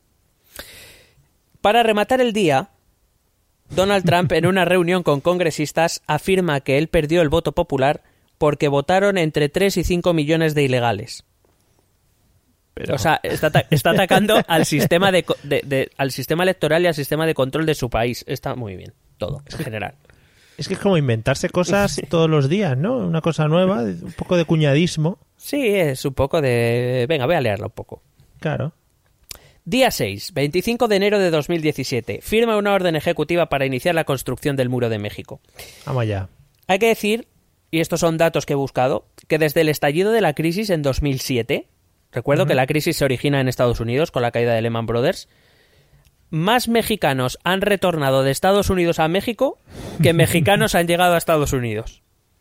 Para rematar el día, Donald Trump en una reunión con congresistas afirma que él perdió el voto popular porque votaron entre tres y cinco millones de ilegales. Pero... O sea, está, está atacando al sistema de, de, de, al sistema electoral y al sistema de control de su país. Está muy bien, todo, en general. Es que es como inventarse cosas todos los días, ¿no? Una cosa nueva, un poco de cuñadismo. Sí, es un poco de... Venga, voy a leerlo un poco. Claro. Día seis, veinticinco de enero de dos mil diecisiete. Firma una orden ejecutiva para iniciar la construcción del Muro de México. Vamos allá. Hay que decir, y estos son datos que he buscado, que desde el estallido de la crisis en dos mil siete... Recuerdo uh-huh. que la crisis se origina en Estados Unidos con la caída de Lehman Brothers. Más mexicanos han retornado de Estados Unidos a México que mexicanos han llegado a Estados Unidos.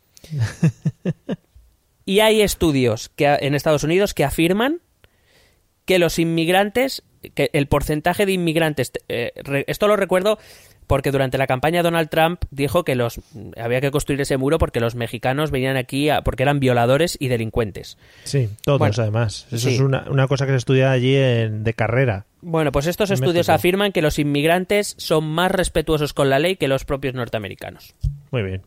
Y hay estudios que, en Estados Unidos que afirman que los inmigrantes, que el porcentaje de inmigrantes, eh, re, esto lo recuerdo porque durante la campaña Donald Trump dijo que los había que construir ese muro porque los mexicanos venían aquí a, porque eran violadores y delincuentes. Sí, todos bueno, además. Eso sí. es una, una cosa que se estudia allí en, de carrera. Bueno, pues estos estudios México. afirman que los inmigrantes son más respetuosos con la ley que los propios norteamericanos. Muy bien.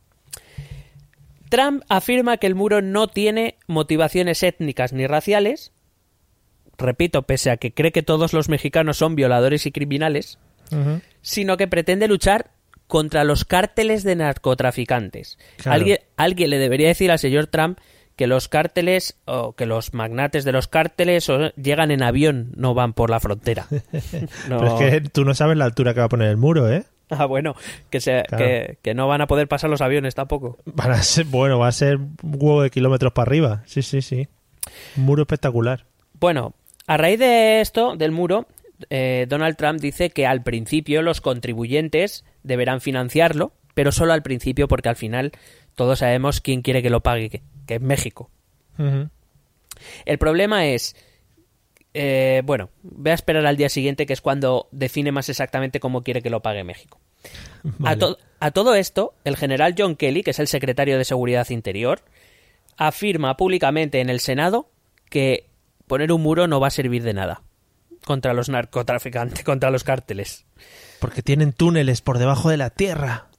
Trump afirma que el muro no tiene motivaciones étnicas ni raciales. Repito, pese a que cree que todos los mexicanos son violadores y criminales, uh-huh. sino que pretende luchar contra los cárteles de narcotraficantes. Claro. Alguien, alguien le debería decir al señor Trump que los cárteles o que los magnates de los cárteles o, llegan en avión, no van por la frontera. No. Pero es que tú no sabes la altura que va a poner el muro, ¿eh? Ah, bueno, que, se, claro. que, que no van a poder pasar los aviones tampoco. Van a ser, bueno, va a ser un huevo de kilómetros para arriba. Sí, sí, sí. Un muro espectacular. Bueno, a raíz de esto, del muro, eh, Donald Trump dice que al principio los contribuyentes deberán financiarlo, pero solo al principio porque al final todos sabemos quién quiere que lo pague, que, que es México. Uh-huh. El problema es... Eh, bueno, voy a esperar al día siguiente, que es cuando define más exactamente cómo quiere que lo pague México. Vale. A, to- a todo esto, el general John Kelly, que es el secretario de Seguridad Interior, afirma públicamente en el Senado que poner un muro no va a servir de nada contra los narcotraficantes, contra los cárteles. Porque tienen túneles por debajo de la tierra.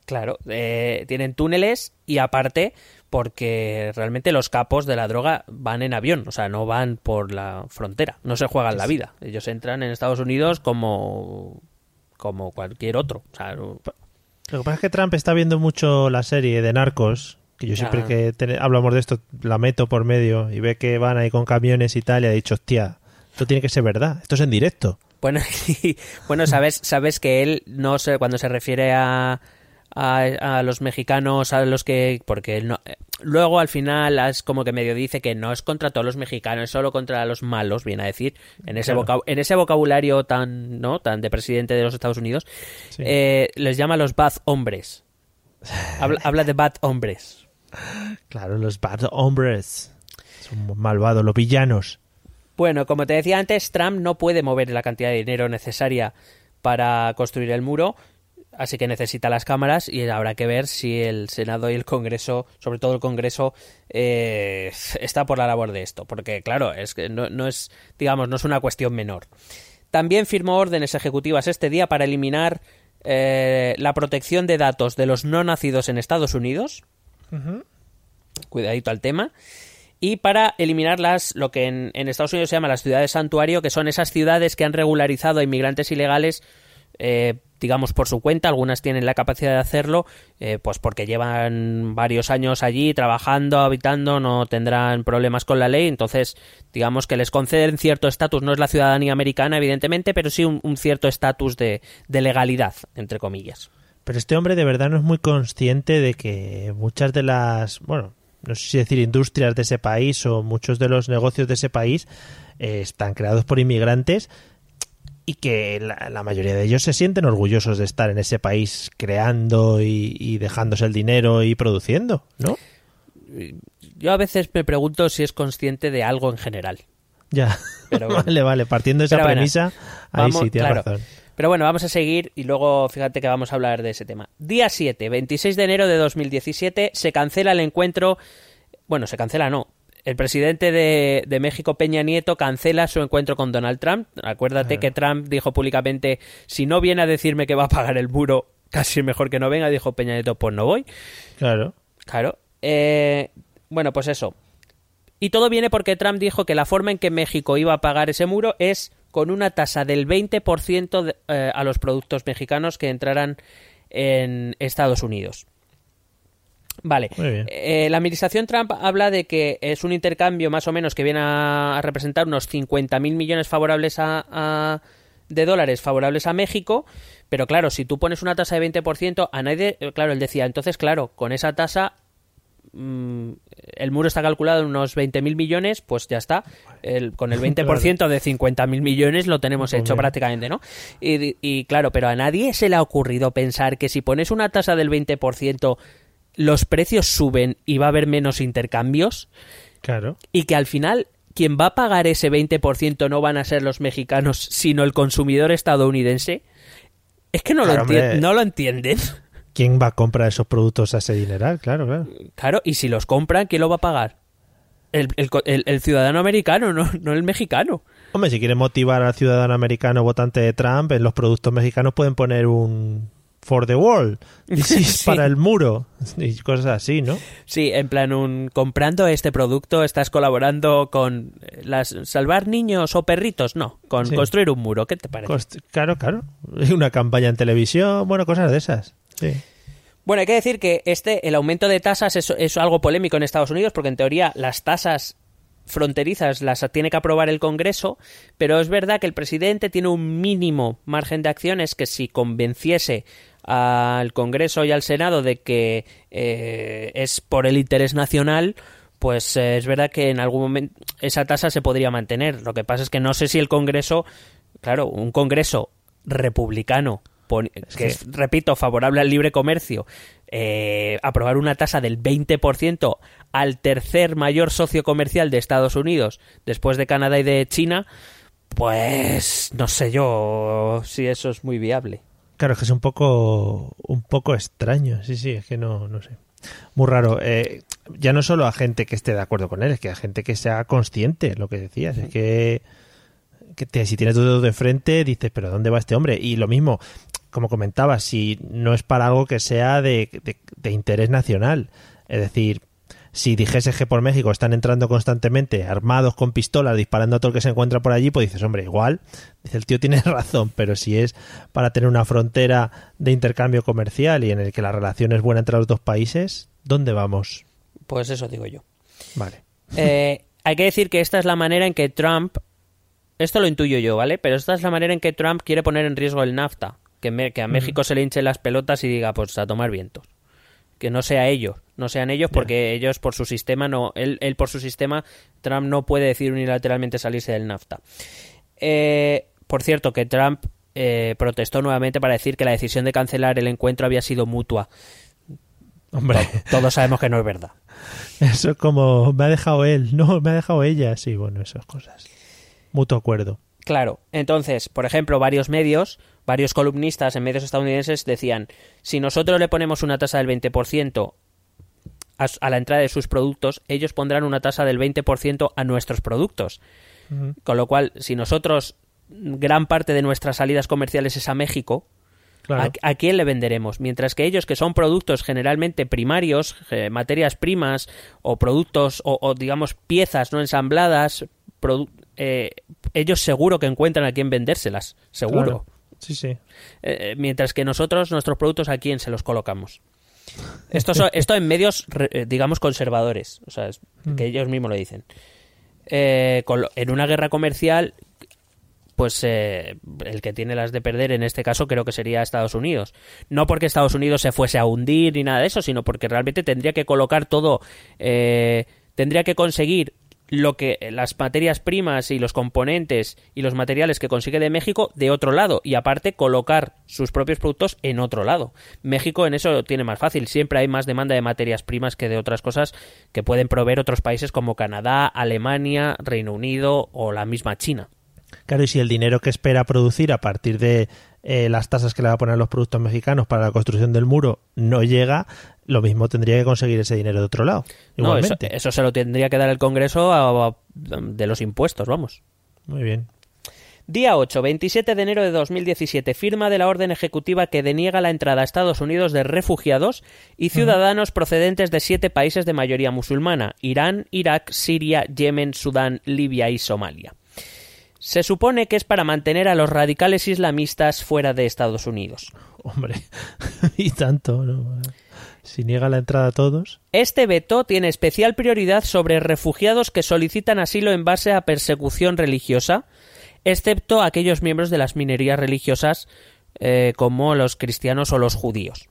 Claro, eh, tienen túneles y aparte porque realmente los capos de la droga van en avión, o sea, no van por la frontera, no se juegan la vida. Ellos entran en Estados Unidos como, como cualquier otro. O sea, no... Lo que pasa es que Trump está viendo mucho la serie de Narcos, que yo siempre ah. que ten- hablamos de esto la meto por medio y ve que van ahí con camiones y tal y ha dicho, hostia, esto tiene que ser verdad, esto es en directo. Bueno, bueno, sabes, sabes que él no sé cuando se refiere a A, a los mexicanos, a los que... Porque él no, luego al final es como que medio dice que no es contra todos los mexicanos, es solo contra los malos, viene a decir, en ese, claro. vocab, en ese vocabulario tan no tan de presidente de los Estados Unidos, sí. eh, les llama los bad hombres. Habla, habla de bad hombres. Claro, los bad hombres. Son malvados, los villanos. Bueno, como te decía antes, Trump no puede mover la cantidad de dinero necesaria para construir el muro, así que necesita las cámaras y habrá que ver si el Senado y el Congreso, sobre todo el Congreso, eh, está por la labor de esto. Porque, claro, es que no, no es, digamos, no es una cuestión menor. También firmó órdenes ejecutivas este día para eliminar eh, la protección de datos de los no nacidos en Estados Unidos. Uh-huh. Cuidadito al tema. Y para eliminar las, lo que en, en Estados Unidos se llama las ciudades santuario, que son esas ciudades que han regularizado a inmigrantes ilegales, eh, digamos, por su cuenta. Algunas tienen la capacidad de hacerlo, eh, pues porque llevan varios años allí trabajando, habitando, no tendrán problemas con la ley, entonces digamos que les conceden cierto estatus, no es la ciudadanía americana evidentemente, pero sí un, un cierto estatus de, de legalidad, entre comillas. Pero este hombre de verdad no es muy consciente de que muchas de las, bueno, no sé si decir industrias de ese país o muchos de los negocios de ese país eh, están creados por inmigrantes y que la, la mayoría de ellos se sienten orgullosos de estar en ese país creando y, y dejándose el dinero y produciendo, ¿no? Yo a veces me pregunto si es consciente de algo en general. Ya, pero bueno. vale, vale, partiendo de esa pero premisa, bueno, ahí vamos, sí, tienes claro. razón. Pero bueno, vamos a seguir y luego fíjate que vamos a hablar de ese tema. Día siete, veintiséis de enero de dos mil diecisiete, se cancela el encuentro... Bueno, se cancela no. El presidente de, de México, Peña Nieto, cancela su encuentro con Donald Trump. Acuérdate claro. que Trump dijo públicamente, si no viene a decirme que va a pagar el muro, casi mejor que no venga. Dijo Peña Nieto, pues no voy. Claro. Claro. Eh, bueno, pues eso. Y todo viene porque Trump dijo que la forma en que México iba a pagar ese muro es con una tasa del veinte por ciento de, eh, a los productos mexicanos que entraran en Estados Unidos. Vale, eh, la administración Trump habla de que es un intercambio más o menos que viene a, a representar unos cincuenta mil millones favorables a, a, de dólares favorables a México, pero claro, si tú pones una tasa de veinte por ciento, a nadie, claro, él decía, entonces claro, con esa tasa mmm, el muro está calculado en unos veinte mil millones, pues ya está, el, con el veinte por ciento de cincuenta mil millones lo tenemos hecho prácticamente, ¿no? Y, y claro, pero a nadie se le ha ocurrido pensar que si pones una tasa del veinte por ciento los precios suben y va a haber menos intercambios. Claro. Y que al final quien va a pagar ese veinte por ciento no van a ser los mexicanos, sino el consumidor estadounidense. Es que no, claro, lo, enti- hombre, no lo entienden. ¿Quién va a comprar esos productos a ese dineral? Claro, claro. Claro, y si los compran, ¿quién lo va a pagar? El, el, el, el ciudadano americano, no, no el mexicano. Hombre, si quiere motivar al ciudadano americano votante de Trump, en los productos mexicanos pueden poner un... for the wall, this is sí. para el muro y cosas así, ¿no? Sí, en plan un comprando este producto estás colaborando con las salvar niños o perritos, no, con sí. construir un muro, ¿qué te parece? Cost- claro, claro, una campaña en televisión, bueno, cosas de esas, sí. Bueno, hay que decir que este el aumento de tasas es, es algo polémico en Estados Unidos porque en teoría las tasas fronterizas las tiene que aprobar el Congreso, pero es verdad que el presidente tiene un mínimo margen de acciones que si convenciese al Congreso y al Senado de que eh, es por el interés nacional, pues eh, es verdad que en algún momento esa tasa se podría mantener. Lo que pasa es que no sé si el Congreso, claro, un Congreso republicano, que es, repito, favorable al libre comercio, eh, aprobar una tasa del veinte por ciento al tercer mayor socio comercial de Estados Unidos, después de Canadá y de China, pues no sé yo si eso es muy viable. Claro, es que es un poco un poco extraño, sí, sí, es que no, no sé. Muy raro. Eh, ya no solo a gente que esté de acuerdo con él, es que a gente que sea consciente, lo que decías, es que, que te, si tienes tu dedo de frente, dices, pero ¿dónde va este hombre? Y lo mismo, como comentaba, si no es para algo que sea de, de, de interés nacional. Es decir, si dijese que por México están entrando constantemente armados con pistolas disparando a todo el que se encuentra por allí, pues dices, hombre, igual, dice el tío tiene razón, pero si es para tener una frontera de intercambio comercial y en el que la relación es buena entre los dos países, ¿dónde vamos? Pues eso digo yo. Vale. Eh, hay que decir que esta es la manera en que Trump, esto lo intuyo yo, ¿vale? Pero esta es la manera en que Trump quiere poner en riesgo el NAFTA, que, me, que a México uh-huh. se le hinchen las pelotas y diga, pues a tomar vientos. Que no sea ellos, no sean ellos porque yeah. ellos por su sistema, no él, él por su sistema, Trump no puede decir unilateralmente salirse del NAFTA. Eh, por cierto, que Trump eh, protestó nuevamente para decir que la decisión de cancelar el encuentro había sido mutua. Hombre, todos sabemos que no es verdad. Eso es como, me ha dejado él, no, me ha dejado ella. Sí, bueno, esas cosas. Mutuo acuerdo. Claro, entonces, por ejemplo, varios medios, varios columnistas en medios estadounidenses decían, si nosotros le ponemos una tasa del veinte por ciento a, a la entrada de sus productos, ellos pondrán una tasa del veinte por ciento a nuestros productos. Uh-huh. Con lo cual, si nosotros, gran parte de nuestras salidas comerciales es a México, claro. ¿a, ¿a quién le venderemos? Mientras que ellos, que son productos generalmente primarios, eh, materias primas o productos o, o digamos piezas no ensambladas, produ- eh, ellos seguro que encuentran a quién vendérselas, seguro. Claro. Sí, sí. Eh, mientras que nosotros, nuestros productos, ¿a quién se los colocamos? Esto, so, esto en medios, digamos, conservadores, o sea, es, mm. que ellos mismos lo dicen. Eh, con lo, en una guerra comercial, pues eh, el que tiene las de perder en este caso creo que sería Estados Unidos. No porque Estados Unidos se fuese a hundir ni nada de eso, sino porque realmente tendría que colocar todo, eh, tendría que conseguir lo que las materias primas y los componentes y los materiales que consigue de México de otro lado y aparte colocar sus propios productos en otro lado. México en eso lo tiene más fácil, siempre hay más demanda de materias primas que de otras cosas que pueden proveer otros países como Canadá, Alemania, Reino Unido o la misma China. Claro, y si el dinero que espera producir a partir de eh, las tasas que le va a poner a los productos mexicanos para la construcción del muro no llega, lo mismo tendría que conseguir ese dinero de otro lado. Igualmente. No, eso, eso se lo tendría que dar el Congreso a, a, de los impuestos, vamos. Muy bien. Día ocho, veintisiete de enero de dos mil diecisiete, firma de la orden ejecutiva que deniega la entrada a Estados Unidos de refugiados y ciudadanos uh-huh. procedentes de siete países de mayoría musulmana: Irán, Irak, Siria, Yemen, Sudán, Libia y Somalia. Se supone que es para mantener a los radicales islamistas fuera de Estados Unidos. Hombre, y tanto, ¿no? Si niega la entrada a todos. Este veto tiene especial prioridad sobre refugiados que solicitan asilo en base a persecución religiosa, excepto aquellos miembros de las minorías religiosas eh, como los cristianos o los judíos.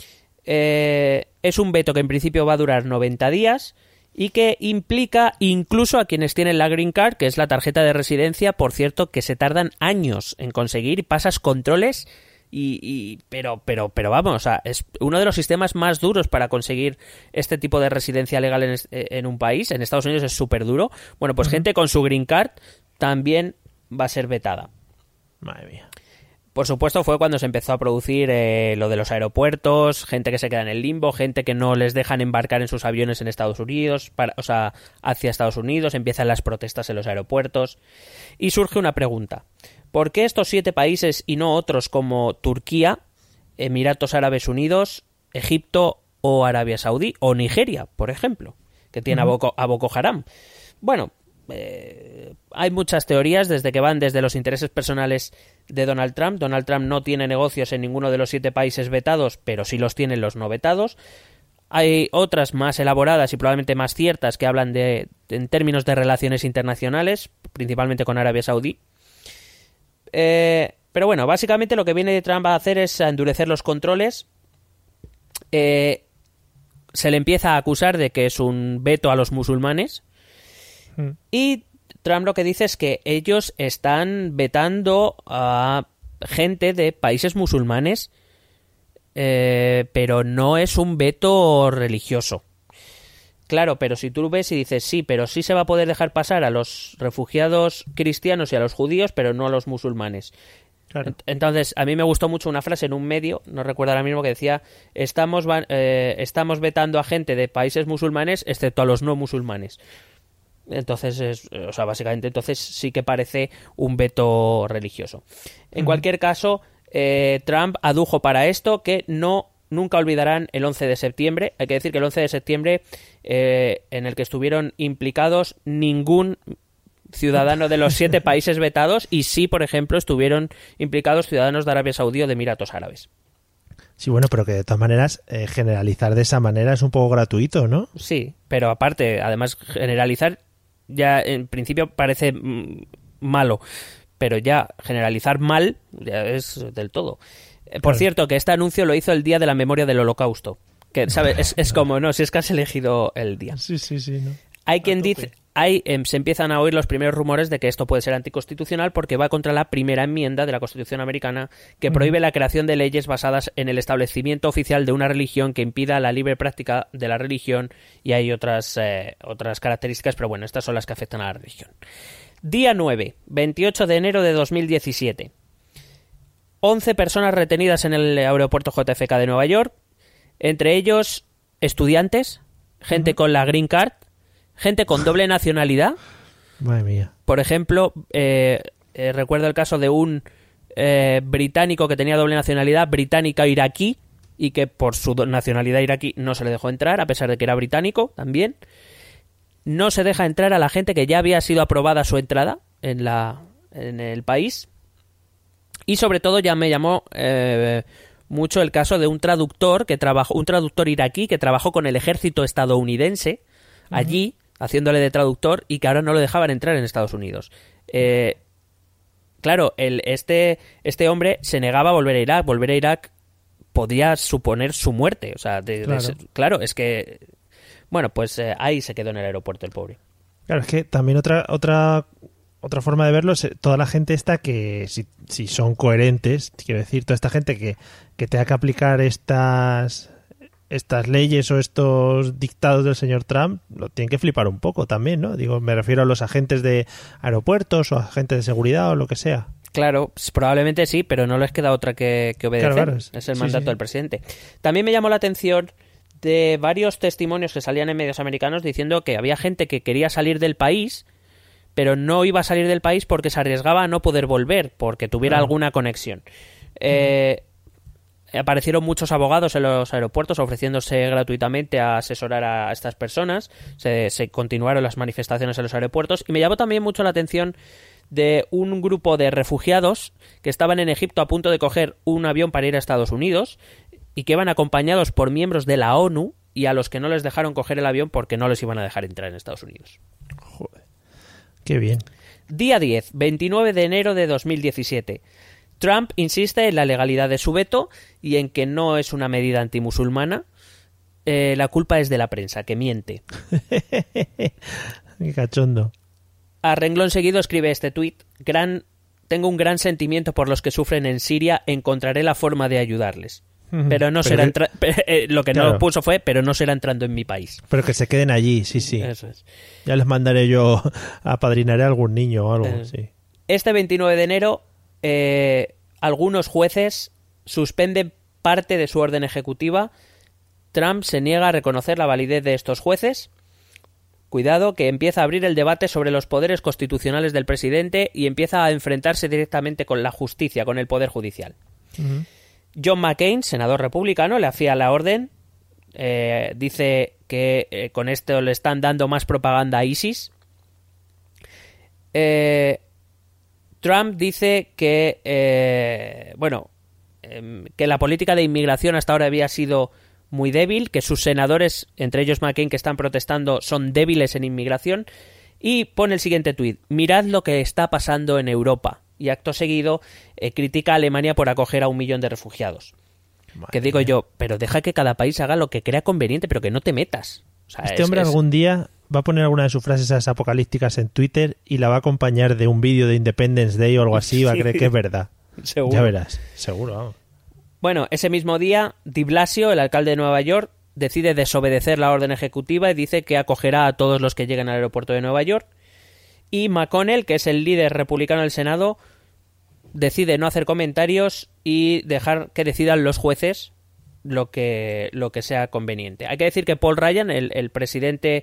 Eh, es un veto que en principio va a durar noventa días y que implica incluso a quienes tienen la Green Card, que es la tarjeta de residencia, por cierto, que se tardan años en conseguir y pasas controles y, y pero pero pero vamos, o sea, es uno de los sistemas más duros para conseguir este tipo de residencia legal en, en un país. En Estados Unidos es súper duro. Bueno, pues uh-huh. gente con su Green Card también va a ser vetada. Madre mía. Por supuesto fue cuando se empezó a producir eh, lo de los aeropuertos, gente que se queda en el limbo, gente que no les dejan embarcar en sus aviones en Estados Unidos, para, o sea, hacia Estados Unidos, empiezan las protestas en los aeropuertos y surge una pregunta. ¿Por qué estos siete países y no otros como Turquía, Emiratos Árabes Unidos, Egipto o Arabia Saudí o Nigeria, por ejemplo, que tiene uh-huh. a, Boko, a Boko Haram? Bueno, Eh, hay muchas teorías desde que van desde los intereses personales de Donald Trump. Donald Trump no tiene negocios en ninguno de los siete países vetados, pero sí los tienen los no vetados. Hay otras más elaboradas y probablemente más ciertas que hablan de, en términos de relaciones internacionales, principalmente con Arabia Saudí. Eh, pero bueno, básicamente lo que viene Trump a hacer es a endurecer los controles. Eh, se le empieza a acusar de que es un veto a los musulmanes. Y Trump lo que dice es que ellos están vetando a gente de países musulmanes, eh, pero no es un veto religioso. Claro, pero si tú ves y dices, sí, pero sí se va a poder dejar pasar a los refugiados cristianos y a los judíos, pero no a los musulmanes. Claro. Entonces, a mí me gustó mucho una frase en un medio, no recuerdo ahora mismo, que decía, estamos, eh, estamos vetando a gente de países musulmanes, excepto a los no musulmanes. Entonces, es, o sea, básicamente entonces sí que parece un veto religioso. En uh-huh. cualquier caso, eh, Trump adujo para esto que no nunca olvidarán el once de septiembre. Hay que decir que el once de septiembre, eh, en el que estuvieron implicados ningún ciudadano de los siete países vetados, y sí, por ejemplo, estuvieron implicados ciudadanos de Arabia Saudí o de Emiratos Árabes. Sí, bueno, pero que de todas maneras eh, generalizar de esa manera es un poco gratuito, ¿no? Sí, pero aparte, además, generalizar ya en principio parece mm, malo, pero ya generalizar mal ya es del todo. Eh, por Claro. cierto, que este anuncio lo hizo el día de la memoria del Holocausto. Que, ¿sabes? Es, es como, no, si es que has elegido el día. Sí, sí, sí, ¿no? Hay quien A tope. dice, hay, em, se empiezan a oír los primeros rumores de que esto puede ser anticonstitucional porque va contra la primera enmienda de la Constitución americana, que prohíbe la creación de leyes basadas en el establecimiento oficial de una religión que impida la libre práctica de la religión, y hay otras, eh, otras características, pero bueno, estas son las que afectan a la religión. Día nueve, veintiocho de enero de dos mil diecisiete. once personas retenidas en el aeropuerto J F K de Nueva York, entre ellos estudiantes, gente con la Green Card, gente con doble nacionalidad. Madre mía. Por ejemplo, eh, eh, recuerdo el caso de un eh, británico que tenía doble nacionalidad, británica-iraquí, y que por su do- nacionalidad iraquí no se le dejó entrar, a pesar de que era británico también. No se deja entrar a la gente que ya había sido aprobada su entrada en, la, en el país. Y sobre todo ya me llamó eh, mucho el caso de un traductor que trabajó, un traductor iraquí que trabajó con el ejército estadounidense allí, haciéndole de traductor, y que ahora no lo dejaban entrar en Estados Unidos. Eh, claro, el, este, este hombre se negaba a volver a Irak. Volver a Irak podía suponer su muerte. O sea, de, Claro. de- claro, es que... Bueno, pues eh, ahí se quedó en el aeropuerto el pobre. Claro, es que también otra otra otra forma de verlo es toda la gente esta que, si, si son coherentes, quiero decir, toda esta gente que, que tenga que aplicar estas estas leyes o estos dictados del señor Trump, lo tienen que flipar un poco también, ¿no? Digo, me refiero a los agentes de aeropuertos o agentes de seguridad o lo que sea. Claro, s- probablemente sí, pero no les queda otra que, que obedecer. Claro, claro, es, es- el sí, mandato sí. del presidente. También me llamó la atención de varios testimonios que salían en medios americanos diciendo que había gente que quería salir del país, pero no iba a salir del país porque se arriesgaba a no poder volver, porque tuviera Claro. alguna conexión. Eh, aparecieron muchos abogados en los aeropuertos ofreciéndose gratuitamente a asesorar a estas personas. Se, se continuaron las manifestaciones en los aeropuertos, y me llamó también mucho la atención de un grupo de refugiados que estaban en Egipto a punto de coger un avión para ir a Estados Unidos, y que iban acompañados por miembros de la ONU, y a los que no les dejaron coger el avión porque no les iban a dejar entrar en Estados Unidos. Joder. Qué bien. Día diez, veintinueve de enero de dos mil diecisiete. Trump insiste en la legalidad de su veto y en que no es una medida antimusulmana. Eh, la culpa es de la prensa, que miente. Qué cachondo. A renglón seguido escribe este tuit: gran, tengo un gran sentimiento por los que sufren en Siria, encontraré la forma de ayudarles. Pero no Pero será que- entra- eh, lo que Claro. no puso fue, pero no será entrando en mi país. Pero que se queden allí, sí, sí. Eso es. Ya les mandaré yo, apadrinaré a algún niño o algo, Eh, sí. Este veintinueve de enero, eh, algunos jueces suspenden parte de su orden ejecutiva. Trump se niega a reconocer la validez de estos jueces. Cuidado, que empieza a abrir el debate sobre los poderes constitucionales del presidente y empieza a enfrentarse directamente con la justicia, con el poder judicial. Ujú. John McCain, senador republicano, le hacía la orden. Eh, dice que eh, con esto le están dando más propaganda a ISIS. Eh, Trump dice que, eh, bueno, em, que la política de inmigración hasta ahora había sido muy débil, que sus senadores, entre ellos McCain, que están protestando, son débiles en inmigración, y pone el siguiente tuit: mirad lo que está pasando en Europa. Y acto seguido eh, critica a Alemania por acoger a un millón de refugiados. Madre Que digo mía. yo, pero deja que cada país haga lo que crea conveniente, pero que no te metas. O sea, Este es- hombre es- algún día va a poner alguna de sus frases esas apocalípticas en Twitter y la va a acompañar de un vídeo de Independence Day o algo así, va a Sí. creer que es verdad. seguro. Ya verás, seguro, vamos. Bueno, ese mismo día, Di Blasio, el alcalde de Nueva York, decide desobedecer la orden ejecutiva y dice que acogerá a todos los que lleguen al aeropuerto de Nueva York. Y McConnell, que es el líder republicano del Senado, decide no hacer comentarios y dejar que decidan los jueces lo que, lo que sea conveniente. Hay que decir que Paul Ryan, el, el presidente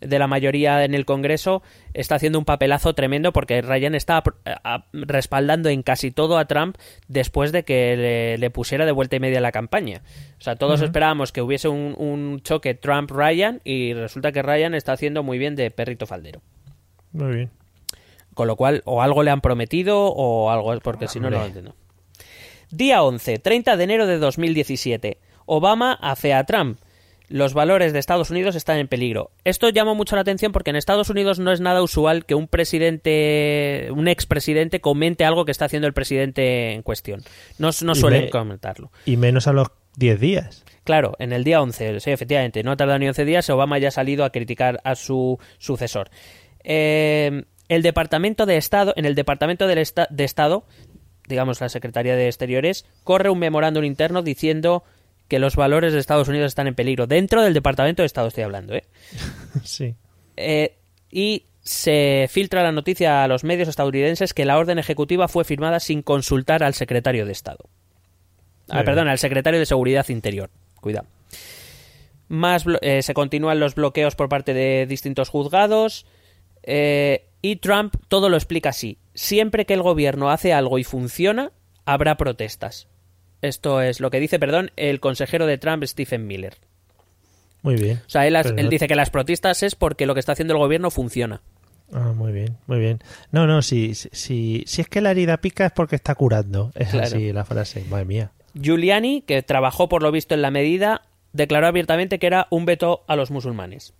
de la mayoría en el Congreso, está haciendo un papelazo tremendo porque Ryan está a, a, respaldando en casi todo a Trump después de que le, le pusiera de vuelta y media la campaña. O sea, todos uh-huh. esperábamos que hubiese un, un choque Trump-Ryan y resulta que Ryan está haciendo muy bien de perrito faldero. Muy bien. Con lo cual, o algo le han prometido o algo, porque si no, no lo entiendo. Día once, treinta de enero de dos mil diecisiete. Obama hace a Trump. Los valores de Estados Unidos están en peligro. Esto llama mucho la atención porque en Estados Unidos no es nada usual que un presidente, un expresidente comente algo que está haciendo el presidente en cuestión. No, no suelen me, comentarlo. Y menos a los diez días. Claro, en el día once, sí, efectivamente, no ha tardado ni once días, Obama ya ha salido a criticar a su sucesor. Eh, el Departamento de Estado, en el Departamento del Esta, de Estado, digamos la Secretaría de Exteriores, corre un memorándum interno diciendo que los valores de Estados Unidos están en peligro. Dentro del Departamento de Estado estoy hablando, ¿eh? Sí. Eh, y se filtra la noticia a los medios estadounidenses que la orden ejecutiva fue firmada sin consultar al secretario de Estado. Ah, perdón, al secretario de Seguridad Interior. Cuidado. Más eh, se continúan los bloqueos por parte de distintos juzgados. Eh, y Trump todo lo explica así. Siempre que el gobierno hace algo y funciona, habrá protestas. Esto es lo que dice, perdón, el consejero de Trump, Stephen Miller. Muy bien. O sea, él, él no... dice que las protestas es porque lo que está haciendo el gobierno funciona. Ah, muy bien, muy bien. No, no, si, si, si es que la herida pica es porque está curando. Es claro. Así la frase, madre mía. Giuliani, que trabajó por lo visto en la medida, declaró abiertamente que era un veto a los musulmanes.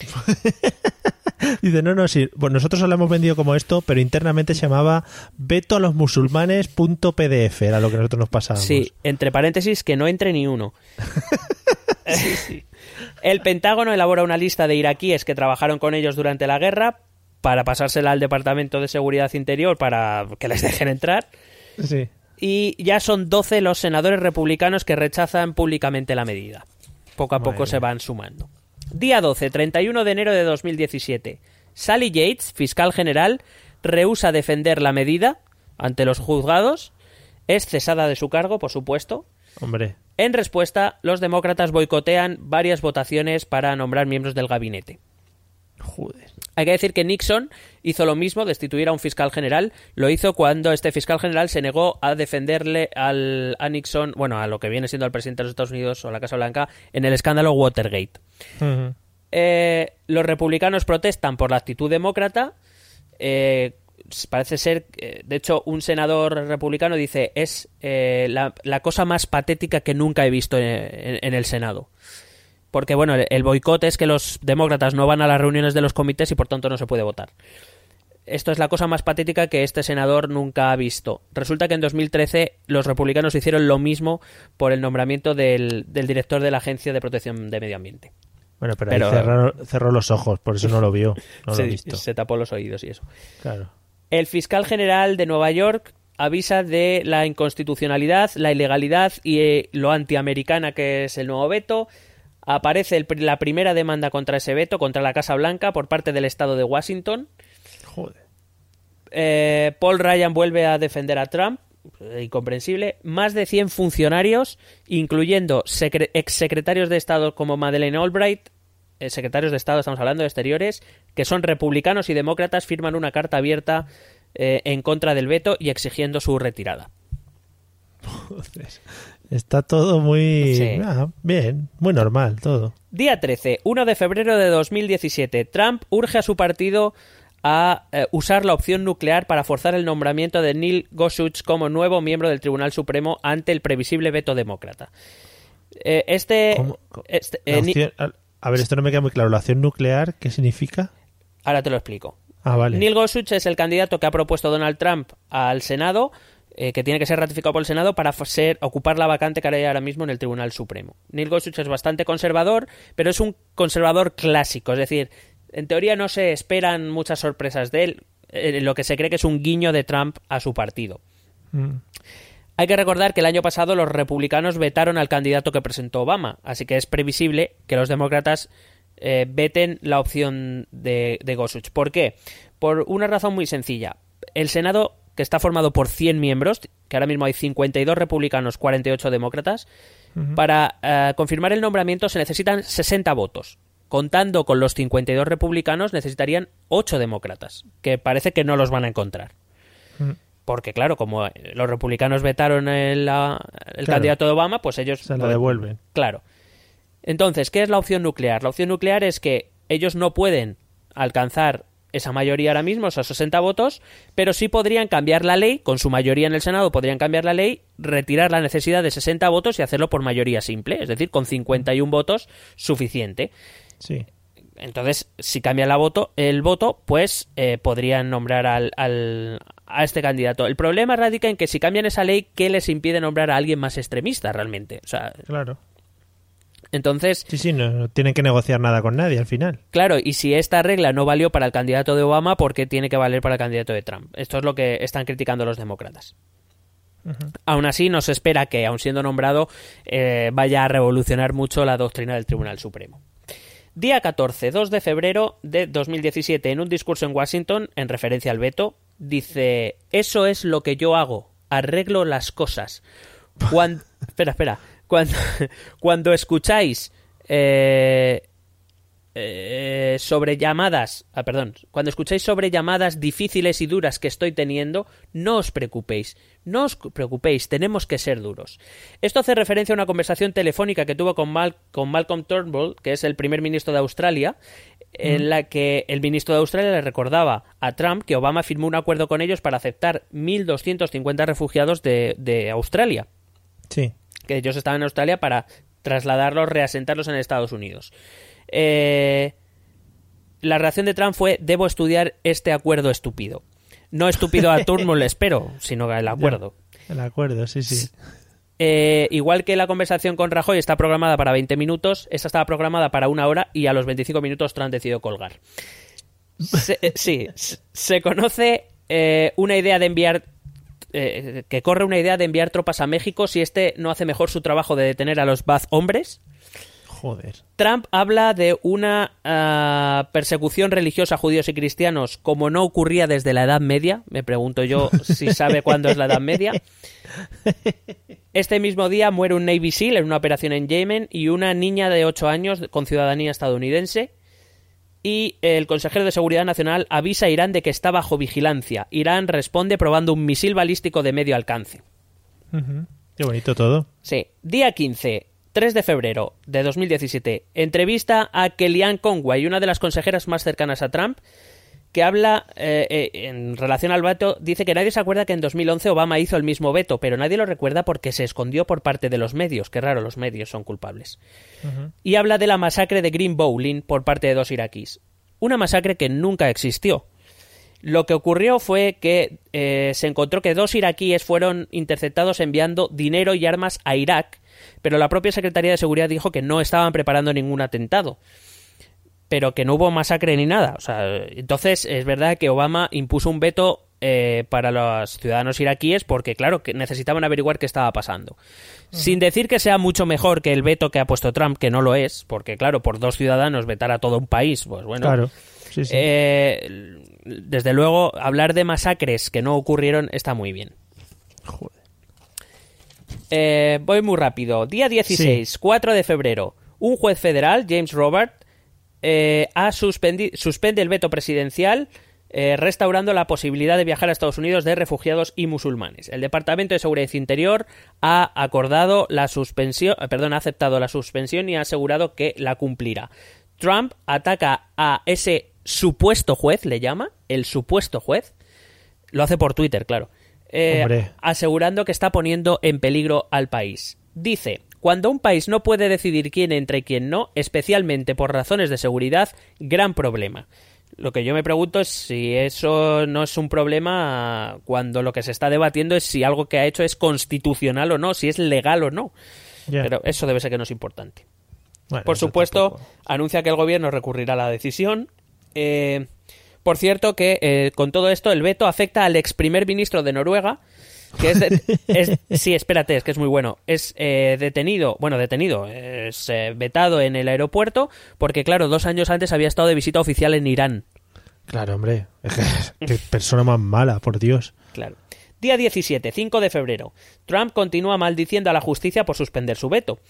Dice, no, no, sí, pues nosotros lo hemos vendido como esto, pero internamente se llamaba veto a los musulmanes punto p d f, era lo que nosotros nos pasábamos. Sí, entre paréntesis, que no entre ni uno. Sí, sí. El Pentágono elabora una lista de iraquíes que trabajaron con ellos durante la guerra para pasársela al Departamento de Seguridad Interior para que les dejen entrar. Sí. Y ya son doce los senadores republicanos que rechazan públicamente la medida. Poco a poco Madre se van sumando. Día doce, treinta y uno de enero de dos mil diecisiete. Sally Yates, fiscal general, rehúsa defender la medida ante los juzgados. Es cesada de su cargo, por supuesto. Hombre. En respuesta, los demócratas boicotean varias votaciones para nombrar miembros del gabinete. Joder. Hay que decir que Nixon hizo lo mismo, destituir a un fiscal general. Lo hizo cuando este fiscal general se negó a defenderle al, a Nixon, bueno, a lo que viene siendo el presidente de los Estados Unidos o la Casa Blanca, en el escándalo Watergate. Uh-huh. Eh, los republicanos protestan por la actitud demócrata. Eh, parece ser, eh, de hecho, un senador republicano dice, es eh, la, la cosa más patética que nunca he visto en, en, en el Senado. Porque, bueno, el, el boicot es que los demócratas no van a las reuniones de los comités y por tanto no se puede votar. Esto es la cosa más patética que este senador nunca ha visto. Resulta que en dos mil trece los republicanos hicieron lo mismo por el nombramiento del, del director de la Agencia de Protección de Medio Ambiente. Bueno, pero, pero ahí cerró, cerró los ojos, por eso no lo vio, no se, lo ha visto. Se tapó los oídos y eso. Claro. El fiscal general de Nueva York avisa de la inconstitucionalidad, la ilegalidad y eh, lo antiamericana que es el nuevo veto. Aparece el, la primera demanda contra ese veto, contra la Casa Blanca, por parte del estado de Washington. Joder. Eh, Paul Ryan vuelve a defender a Trump. Incomprensible. Más de cien funcionarios, incluyendo secre- exsecretarios de Estado como Madeleine Albright, eh, secretarios de Estado, estamos hablando de exteriores, que son republicanos y demócratas, firman una carta abierta eh, en contra del veto y exigiendo su retirada. Joder. Está todo muy... Sí. Ah, bien, muy normal todo. Día trece, primero de febrero de dos mil diecisiete. Trump urge a su partido a eh, usar la opción nuclear para forzar el nombramiento de Neil Gorsuch como nuevo miembro del Tribunal Supremo ante el previsible veto demócrata. Eh, este... ¿Cómo? este eh, opción, a, a ver, esto no me queda muy claro. ¿La opción nuclear qué significa? Ahora te lo explico. Ah, vale. Neil Gorsuch es el candidato que ha propuesto Donald Trump al Senado, Eh, que tiene que ser ratificado por el Senado para ser, ocupar la vacante que hay ahora mismo en el Tribunal Supremo. Neil Gorsuch es bastante conservador, pero es un conservador clásico, es decir, en teoría no se esperan muchas sorpresas de él, eh, lo que se cree que es un guiño de Trump a su partido. Mm. Hay que recordar que el año pasado los republicanos vetaron al candidato que presentó Obama, así que es previsible que los demócratas eh, veten la opción de, de Gorsuch. ¿Por qué? Por una razón muy sencilla. El Senado, que está formado por cien miembros, que ahora mismo hay cincuenta y dos republicanos, cuarenta y ocho demócratas, uh-huh. para uh, confirmar el nombramiento se necesitan sesenta votos, contando con los cincuenta y dos republicanos, necesitarían ocho demócratas, que parece que no los van a encontrar. Mm. Porque, claro, como los republicanos vetaron el, la, el claro. candidato de Obama, pues ellos... Se lo devuelven. Claro. Entonces, ¿qué es la opción nuclear? La opción nuclear es que ellos no pueden alcanzar esa mayoría ahora mismo, esos sesenta votos, pero sí podrían cambiar la ley, con su mayoría en el Senado podrían cambiar la ley, retirar la necesidad de sesenta votos y hacerlo por mayoría simple, es decir, con cincuenta y uno votos suficiente. Sí. Entonces, si cambia la voto, el voto, pues eh, podrían nombrar al, al, a este candidato. El problema radica en que si cambian esa ley, ¿qué les impide nombrar a alguien más extremista realmente? O sea, claro. Entonces... Sí, sí, no, no tienen que negociar nada con nadie al final. Claro, y si esta regla no valió para el candidato de Obama, ¿por qué tiene que valer para el candidato de Trump? Esto es lo que están criticando los demócratas. Uh-huh. Aún así, no se espera que, aun siendo nombrado, eh, vaya a revolucionar mucho la doctrina del Tribunal Supremo. Día catorce, dos de febrero de dos mil diecisiete, en un discurso en Washington, en referencia al veto, dice: eso es lo que yo hago, arreglo las cosas. Cuando... espera, espera. Cuando, cuando escucháis eh, eh, sobre llamadas, ah, perdón, cuando escucháis sobre llamadas difíciles y duras que estoy teniendo, no os preocupéis, no os preocupéis, tenemos que ser duros. Esto hace referencia a una conversación telefónica que tuvo con, Mal, con Malcolm Turnbull, que es el primer ministro de Australia, en la que el ministro de Australia le recordaba a Trump que Obama firmó un acuerdo con ellos para aceptar mil doscientos cincuenta refugiados de, de Australia. Sí. Que ellos estaban en Australia para trasladarlos, reasentarlos en Estados Unidos. Eh, la reacción de Trump fue: debo estudiar este acuerdo estúpido. No estúpido a Turnbull, espero, sino el acuerdo. Ya, el acuerdo, sí, sí. Eh, igual que la conversación con Rajoy está programada para veinte minutos, esta estaba programada para una hora y a los veinticinco minutos Trump decidió colgar. Se, eh, sí, se conoce eh, una idea de enviar... Eh, que corre una idea de enviar tropas a México si este no hace mejor su trabajo de detener a los Baz hombres. Joder. Trump habla de una uh, persecución religiosa a judíos y cristianos como no ocurría desde la Edad Media. Me pregunto yo si sabe cuándo es la Edad Media. Este mismo día muere un Navy SEAL en una operación en Yemen y una niña de ocho años con ciudadanía estadounidense. Y el consejero de Seguridad Nacional avisa a Irán de que está bajo vigilancia. Irán responde probando un misil balístico de medio alcance. Uh-huh. Qué bonito todo. Sí. Día quince, tres de febrero de dos mil diecisiete. Entrevista a Kellyanne Conway, una de las consejeras más cercanas a Trump, que habla eh, eh, en relación al veto. Dice que nadie se acuerda que en dos mil once Obama hizo el mismo veto, pero nadie lo recuerda porque se escondió por parte de los medios. Qué raro, los medios son culpables. Uh-huh. Y habla de la masacre de Green Bowling por parte de dos iraquíes. Una masacre que nunca existió. Lo que ocurrió fue que eh, se encontró que dos iraquíes fueron interceptados enviando dinero y armas a Irak, pero la propia Secretaría de Seguridad dijo que no estaban preparando ningún atentado, pero que no hubo masacre ni nada. O sea, entonces es verdad que Obama impuso un veto eh, para los ciudadanos iraquíes porque, claro, que necesitaban averiguar qué estaba pasando. Uh-huh. Sin decir que sea mucho mejor que el veto que ha puesto Trump, que no lo es, porque, claro, por dos ciudadanos vetar a todo un país, pues bueno... Claro. Sí, sí. Eh, desde luego, hablar de masacres que no ocurrieron está muy bien. Joder. Eh, voy muy rápido. Día dieciséis, sí. cuatro de febrero. Un juez federal, James Robert, eh, ha suspendi- suspende el veto presidencial, eh, restaurando la posibilidad de viajar a Estados Unidos de refugiados y musulmanes. El Departamento de Seguridad Interior ha acordado la suspensión, perdón, ha aceptado la suspensión y ha asegurado que la cumplirá. Trump ataca a ese supuesto juez, le llama, el supuesto juez, lo hace por Twitter, claro, eh, asegurando que está poniendo en peligro al país. Dice: cuando un país no puede decidir quién entra y quién no, especialmente por razones de seguridad, gran problema. Lo que yo me pregunto es si eso no es un problema cuando lo que se está debatiendo es si algo que ha hecho es constitucional o no, si es legal o no. Yeah. Pero eso debe ser que no es importante. Bueno, por supuesto, tampoco... anuncia que el gobierno recurrirá a la decisión. Eh, por cierto, que eh, con todo esto el veto afecta al ex primer ministro de Noruega, que es, de, es sí, espérate, es que es muy bueno. Es eh, detenido, bueno, detenido, es eh, vetado en el aeropuerto porque, claro, dos años antes había estado de visita oficial en Irán. Claro, hombre, qué persona más mala, por Dios. Claro. Día diecisiete, cinco de febrero. Trump continúa maldiciendo a la justicia por suspender su veto.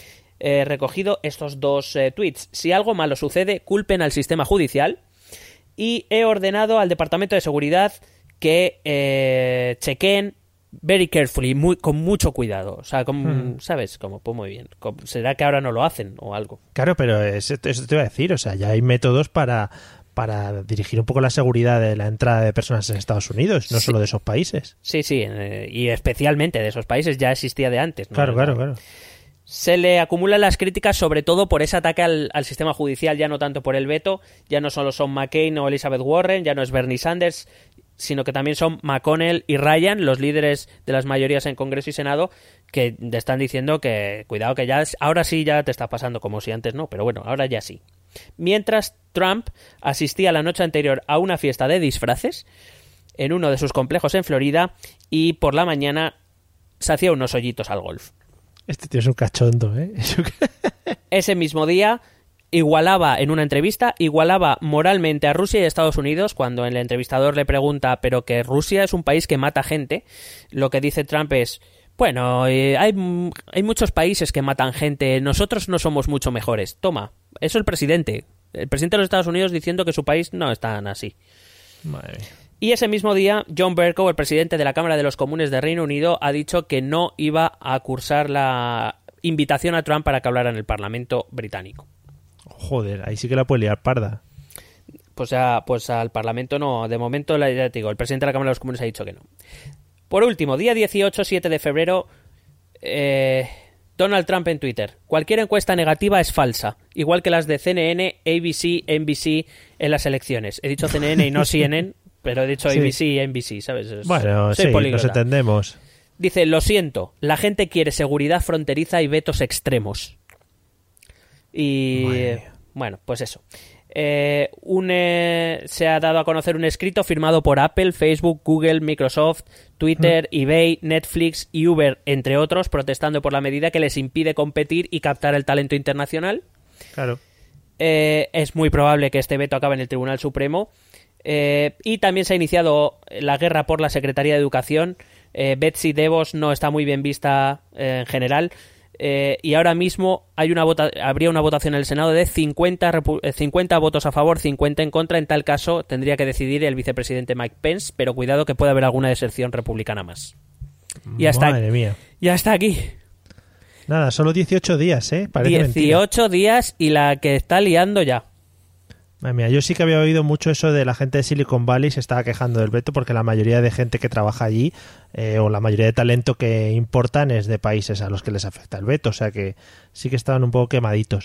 eh, recogido estos dos eh, tweets. Si algo malo sucede, culpen al sistema judicial. Y he ordenado al Departamento de Seguridad que eh, chequeen very carefully, muy, con mucho cuidado. O sea, como, hmm. ¿sabes? Como, pues muy bien. ¿Será que ahora no lo hacen o algo? Claro, pero eso, eso te iba a decir. O sea, ya hay métodos para... para dirigir un poco la seguridad de la entrada de personas en Estados Unidos, no sí. solo de esos países. Sí, sí, eh, y especialmente de esos países, ya existía de antes, ¿no? Claro, claro, claro. Se le acumulan las críticas sobre todo por ese ataque al, al sistema judicial, ya no tanto por el veto, ya no solo son McCain o Elizabeth Warren, ya no es Bernie Sanders, sino que también son McConnell y Ryan, los líderes de las mayorías en Congreso y Senado, que te están diciendo que, cuidado, que ya ahora sí ya te está pasando, como si antes no, pero bueno, ahora ya sí. Mientras Trump asistía la noche anterior a una fiesta de disfraces en uno de sus complejos en Florida y por la mañana se hacía unos hoyitos al golf. Este tío es un cachondo, ¿eh? Ese mismo día igualaba, en una entrevista, igualaba moralmente a Rusia y a Estados Unidos cuando el entrevistador le pregunta, pero que Rusia es un país que mata gente. Lo que dice Trump es, bueno, eh, hay, hay muchos países que matan gente, nosotros no somos mucho mejores. Toma, eso el presidente. El presidente de los Estados Unidos diciendo que su país no es tan así. Madre mía. Y ese mismo día, John Bercow, el presidente de la Cámara de los Comunes de Reino Unido, ha dicho que no iba a cursar la invitación a Trump para que hablara en el Parlamento británico. Joder, ahí sí que la puede liar parda. Pues, ya, pues al Parlamento no. De momento, ya te digo, el presidente de la Cámara de los Comunes ha dicho que no. Por último, día dieciocho, siete de febrero, eh, Donald Trump en Twitter. Cualquier encuesta negativa es falsa, igual que las de C N N, A B C, N B C en las elecciones. He dicho C N N y no C N N, pero he dicho sí. A B C y N B C, ¿sabes? Es, bueno, sí, políglota. Nos entendemos. Dice, lo siento, la gente quiere seguridad fronteriza y vetos extremos. Y Madre. bueno, pues eso. Eh, un, eh, se ha dado a conocer un escrito firmado por Apple, Facebook, Google, Microsoft, Twitter, mm. eBay, Netflix y Uber, entre otros, protestando por la medida que les impide competir y captar el talento internacional. Claro. Eh, es muy probable que este veto acabe en el Tribunal Supremo. Eh, y también se ha iniciado la guerra por la Secretaría de Educación. Eh, Betsy DeVos no está muy bien vista eh, en general. Eh, y ahora mismo hay una vota- habría una votación en el Senado de cincuenta, repu- cincuenta votos a favor, cincuenta en contra. En tal caso tendría que decidir el vicepresidente Mike Pence, pero cuidado que puede haber alguna deserción republicana más. Y hasta, Madre mía. Y hasta aquí. Nada, solo dieciocho días, ¿eh? Parece dieciocho mentira. Días y la que está liando ya. Madre mía, yo sí que había oído mucho eso de la gente de Silicon Valley se estaba quejando del veto porque la mayoría de gente que trabaja allí eh, o la mayoría de talento que importan es de países a los que les afecta el veto, o sea que sí que estaban un poco quemaditos.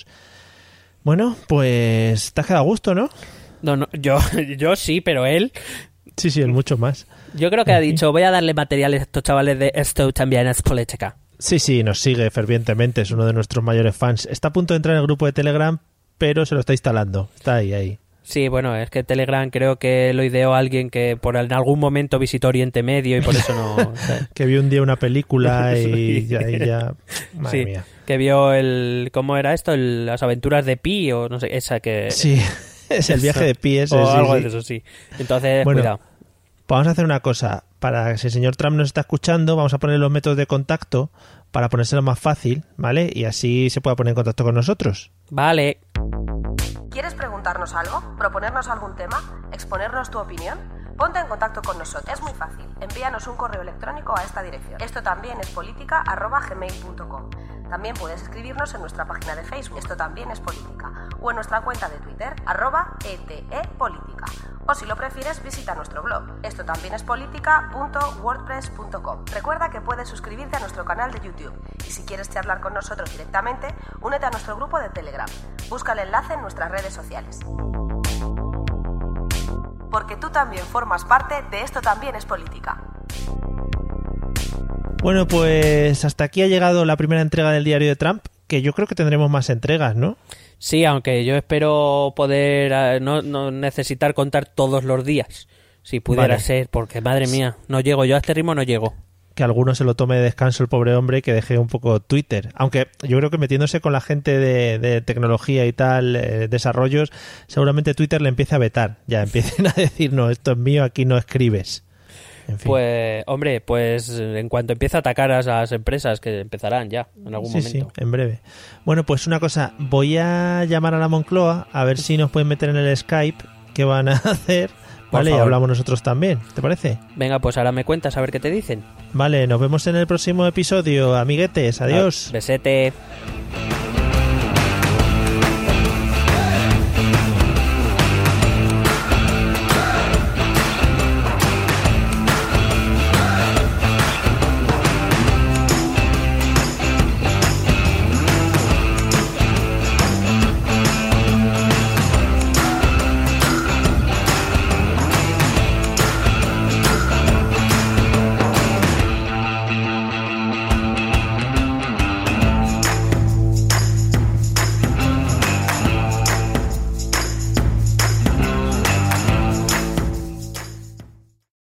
Bueno, pues te has quedado a gusto, ¿no? No, no, yo, yo sí, pero él... Sí, sí, él mucho más. Yo creo que ha dicho, voy a darle materiales a estos chavales de esto también es política. Sí, sí, nos sigue fervientemente, es uno de nuestros mayores fans. Está a punto de entrar en el grupo de Telegram, pero se lo está instalando. Está ahí, ahí. Sí, bueno, es que Telegram creo que lo ideó alguien que por en algún momento visitó Oriente Medio y por eso no... O sea. Que vio un día una película y ya... Y ya madre sí, mía. Que vio el... ¿Cómo era esto? El, las aventuras de Pi o no sé, esa que... Sí, es el viaje de Pi ese. O sí, algo sí. de eso, sí. Entonces, bueno, cuidado. Vamos a hacer una cosa. Para si el señor Trump nos está escuchando, vamos a poner los métodos de contacto para ponérselo más fácil, ¿vale? Y así se pueda poner en contacto con nosotros. Vale. ¿Quieres preguntarnos algo? ¿Proponernos algún tema? ¿Exponernos tu opinión? Ponte en contacto con nosotros. Es muy fácil. Envíanos un correo electrónico a esta dirección. Esto también es política arroba gmail punto com. También puedes escribirnos en nuestra página de Facebook. Esto también es política. O en nuestra cuenta de Twitter, arroba etepolítica. O si lo prefieres, visita nuestro blog. Esto también es política punto wordpress punto com. Recuerda que puedes suscribirte a nuestro canal de YouTube. Y si quieres charlar con nosotros directamente, únete a nuestro grupo de Telegram. Busca el enlace en nuestras redes sociales. Porque tú también formas parte de Esto también es política. Bueno, pues hasta aquí ha llegado la primera entrega del diario de Trump, que yo creo que tendremos más entregas, ¿no? Sí, aunque yo espero poder no, no necesitar contar todos los días, si pudiera vale. ser, porque madre mía, no llego, yo a este ritmo no llego. Que alguno se lo tome de descanso el pobre hombre y que deje un poco Twitter. Aunque yo creo que metiéndose con la gente de, de tecnología y tal, eh, desarrollos, seguramente Twitter le empiece a vetar. Ya empiecen a decir, no, esto es mío, aquí no escribes. En fin. Pues, hombre, pues en cuanto empiece a atacar a esas empresas, que empezarán ya, en algún sí, momento. Sí, en breve. Bueno, pues una cosa, voy a llamar a la Moncloa a ver si nos pueden meter en el Skype qué van a hacer, ¿vale? Y hablamos nosotros también, ¿te parece? Venga, pues ahora me cuentas a ver qué te dicen. Vale, nos vemos en el próximo episodio, amiguetes, adiós. Besete.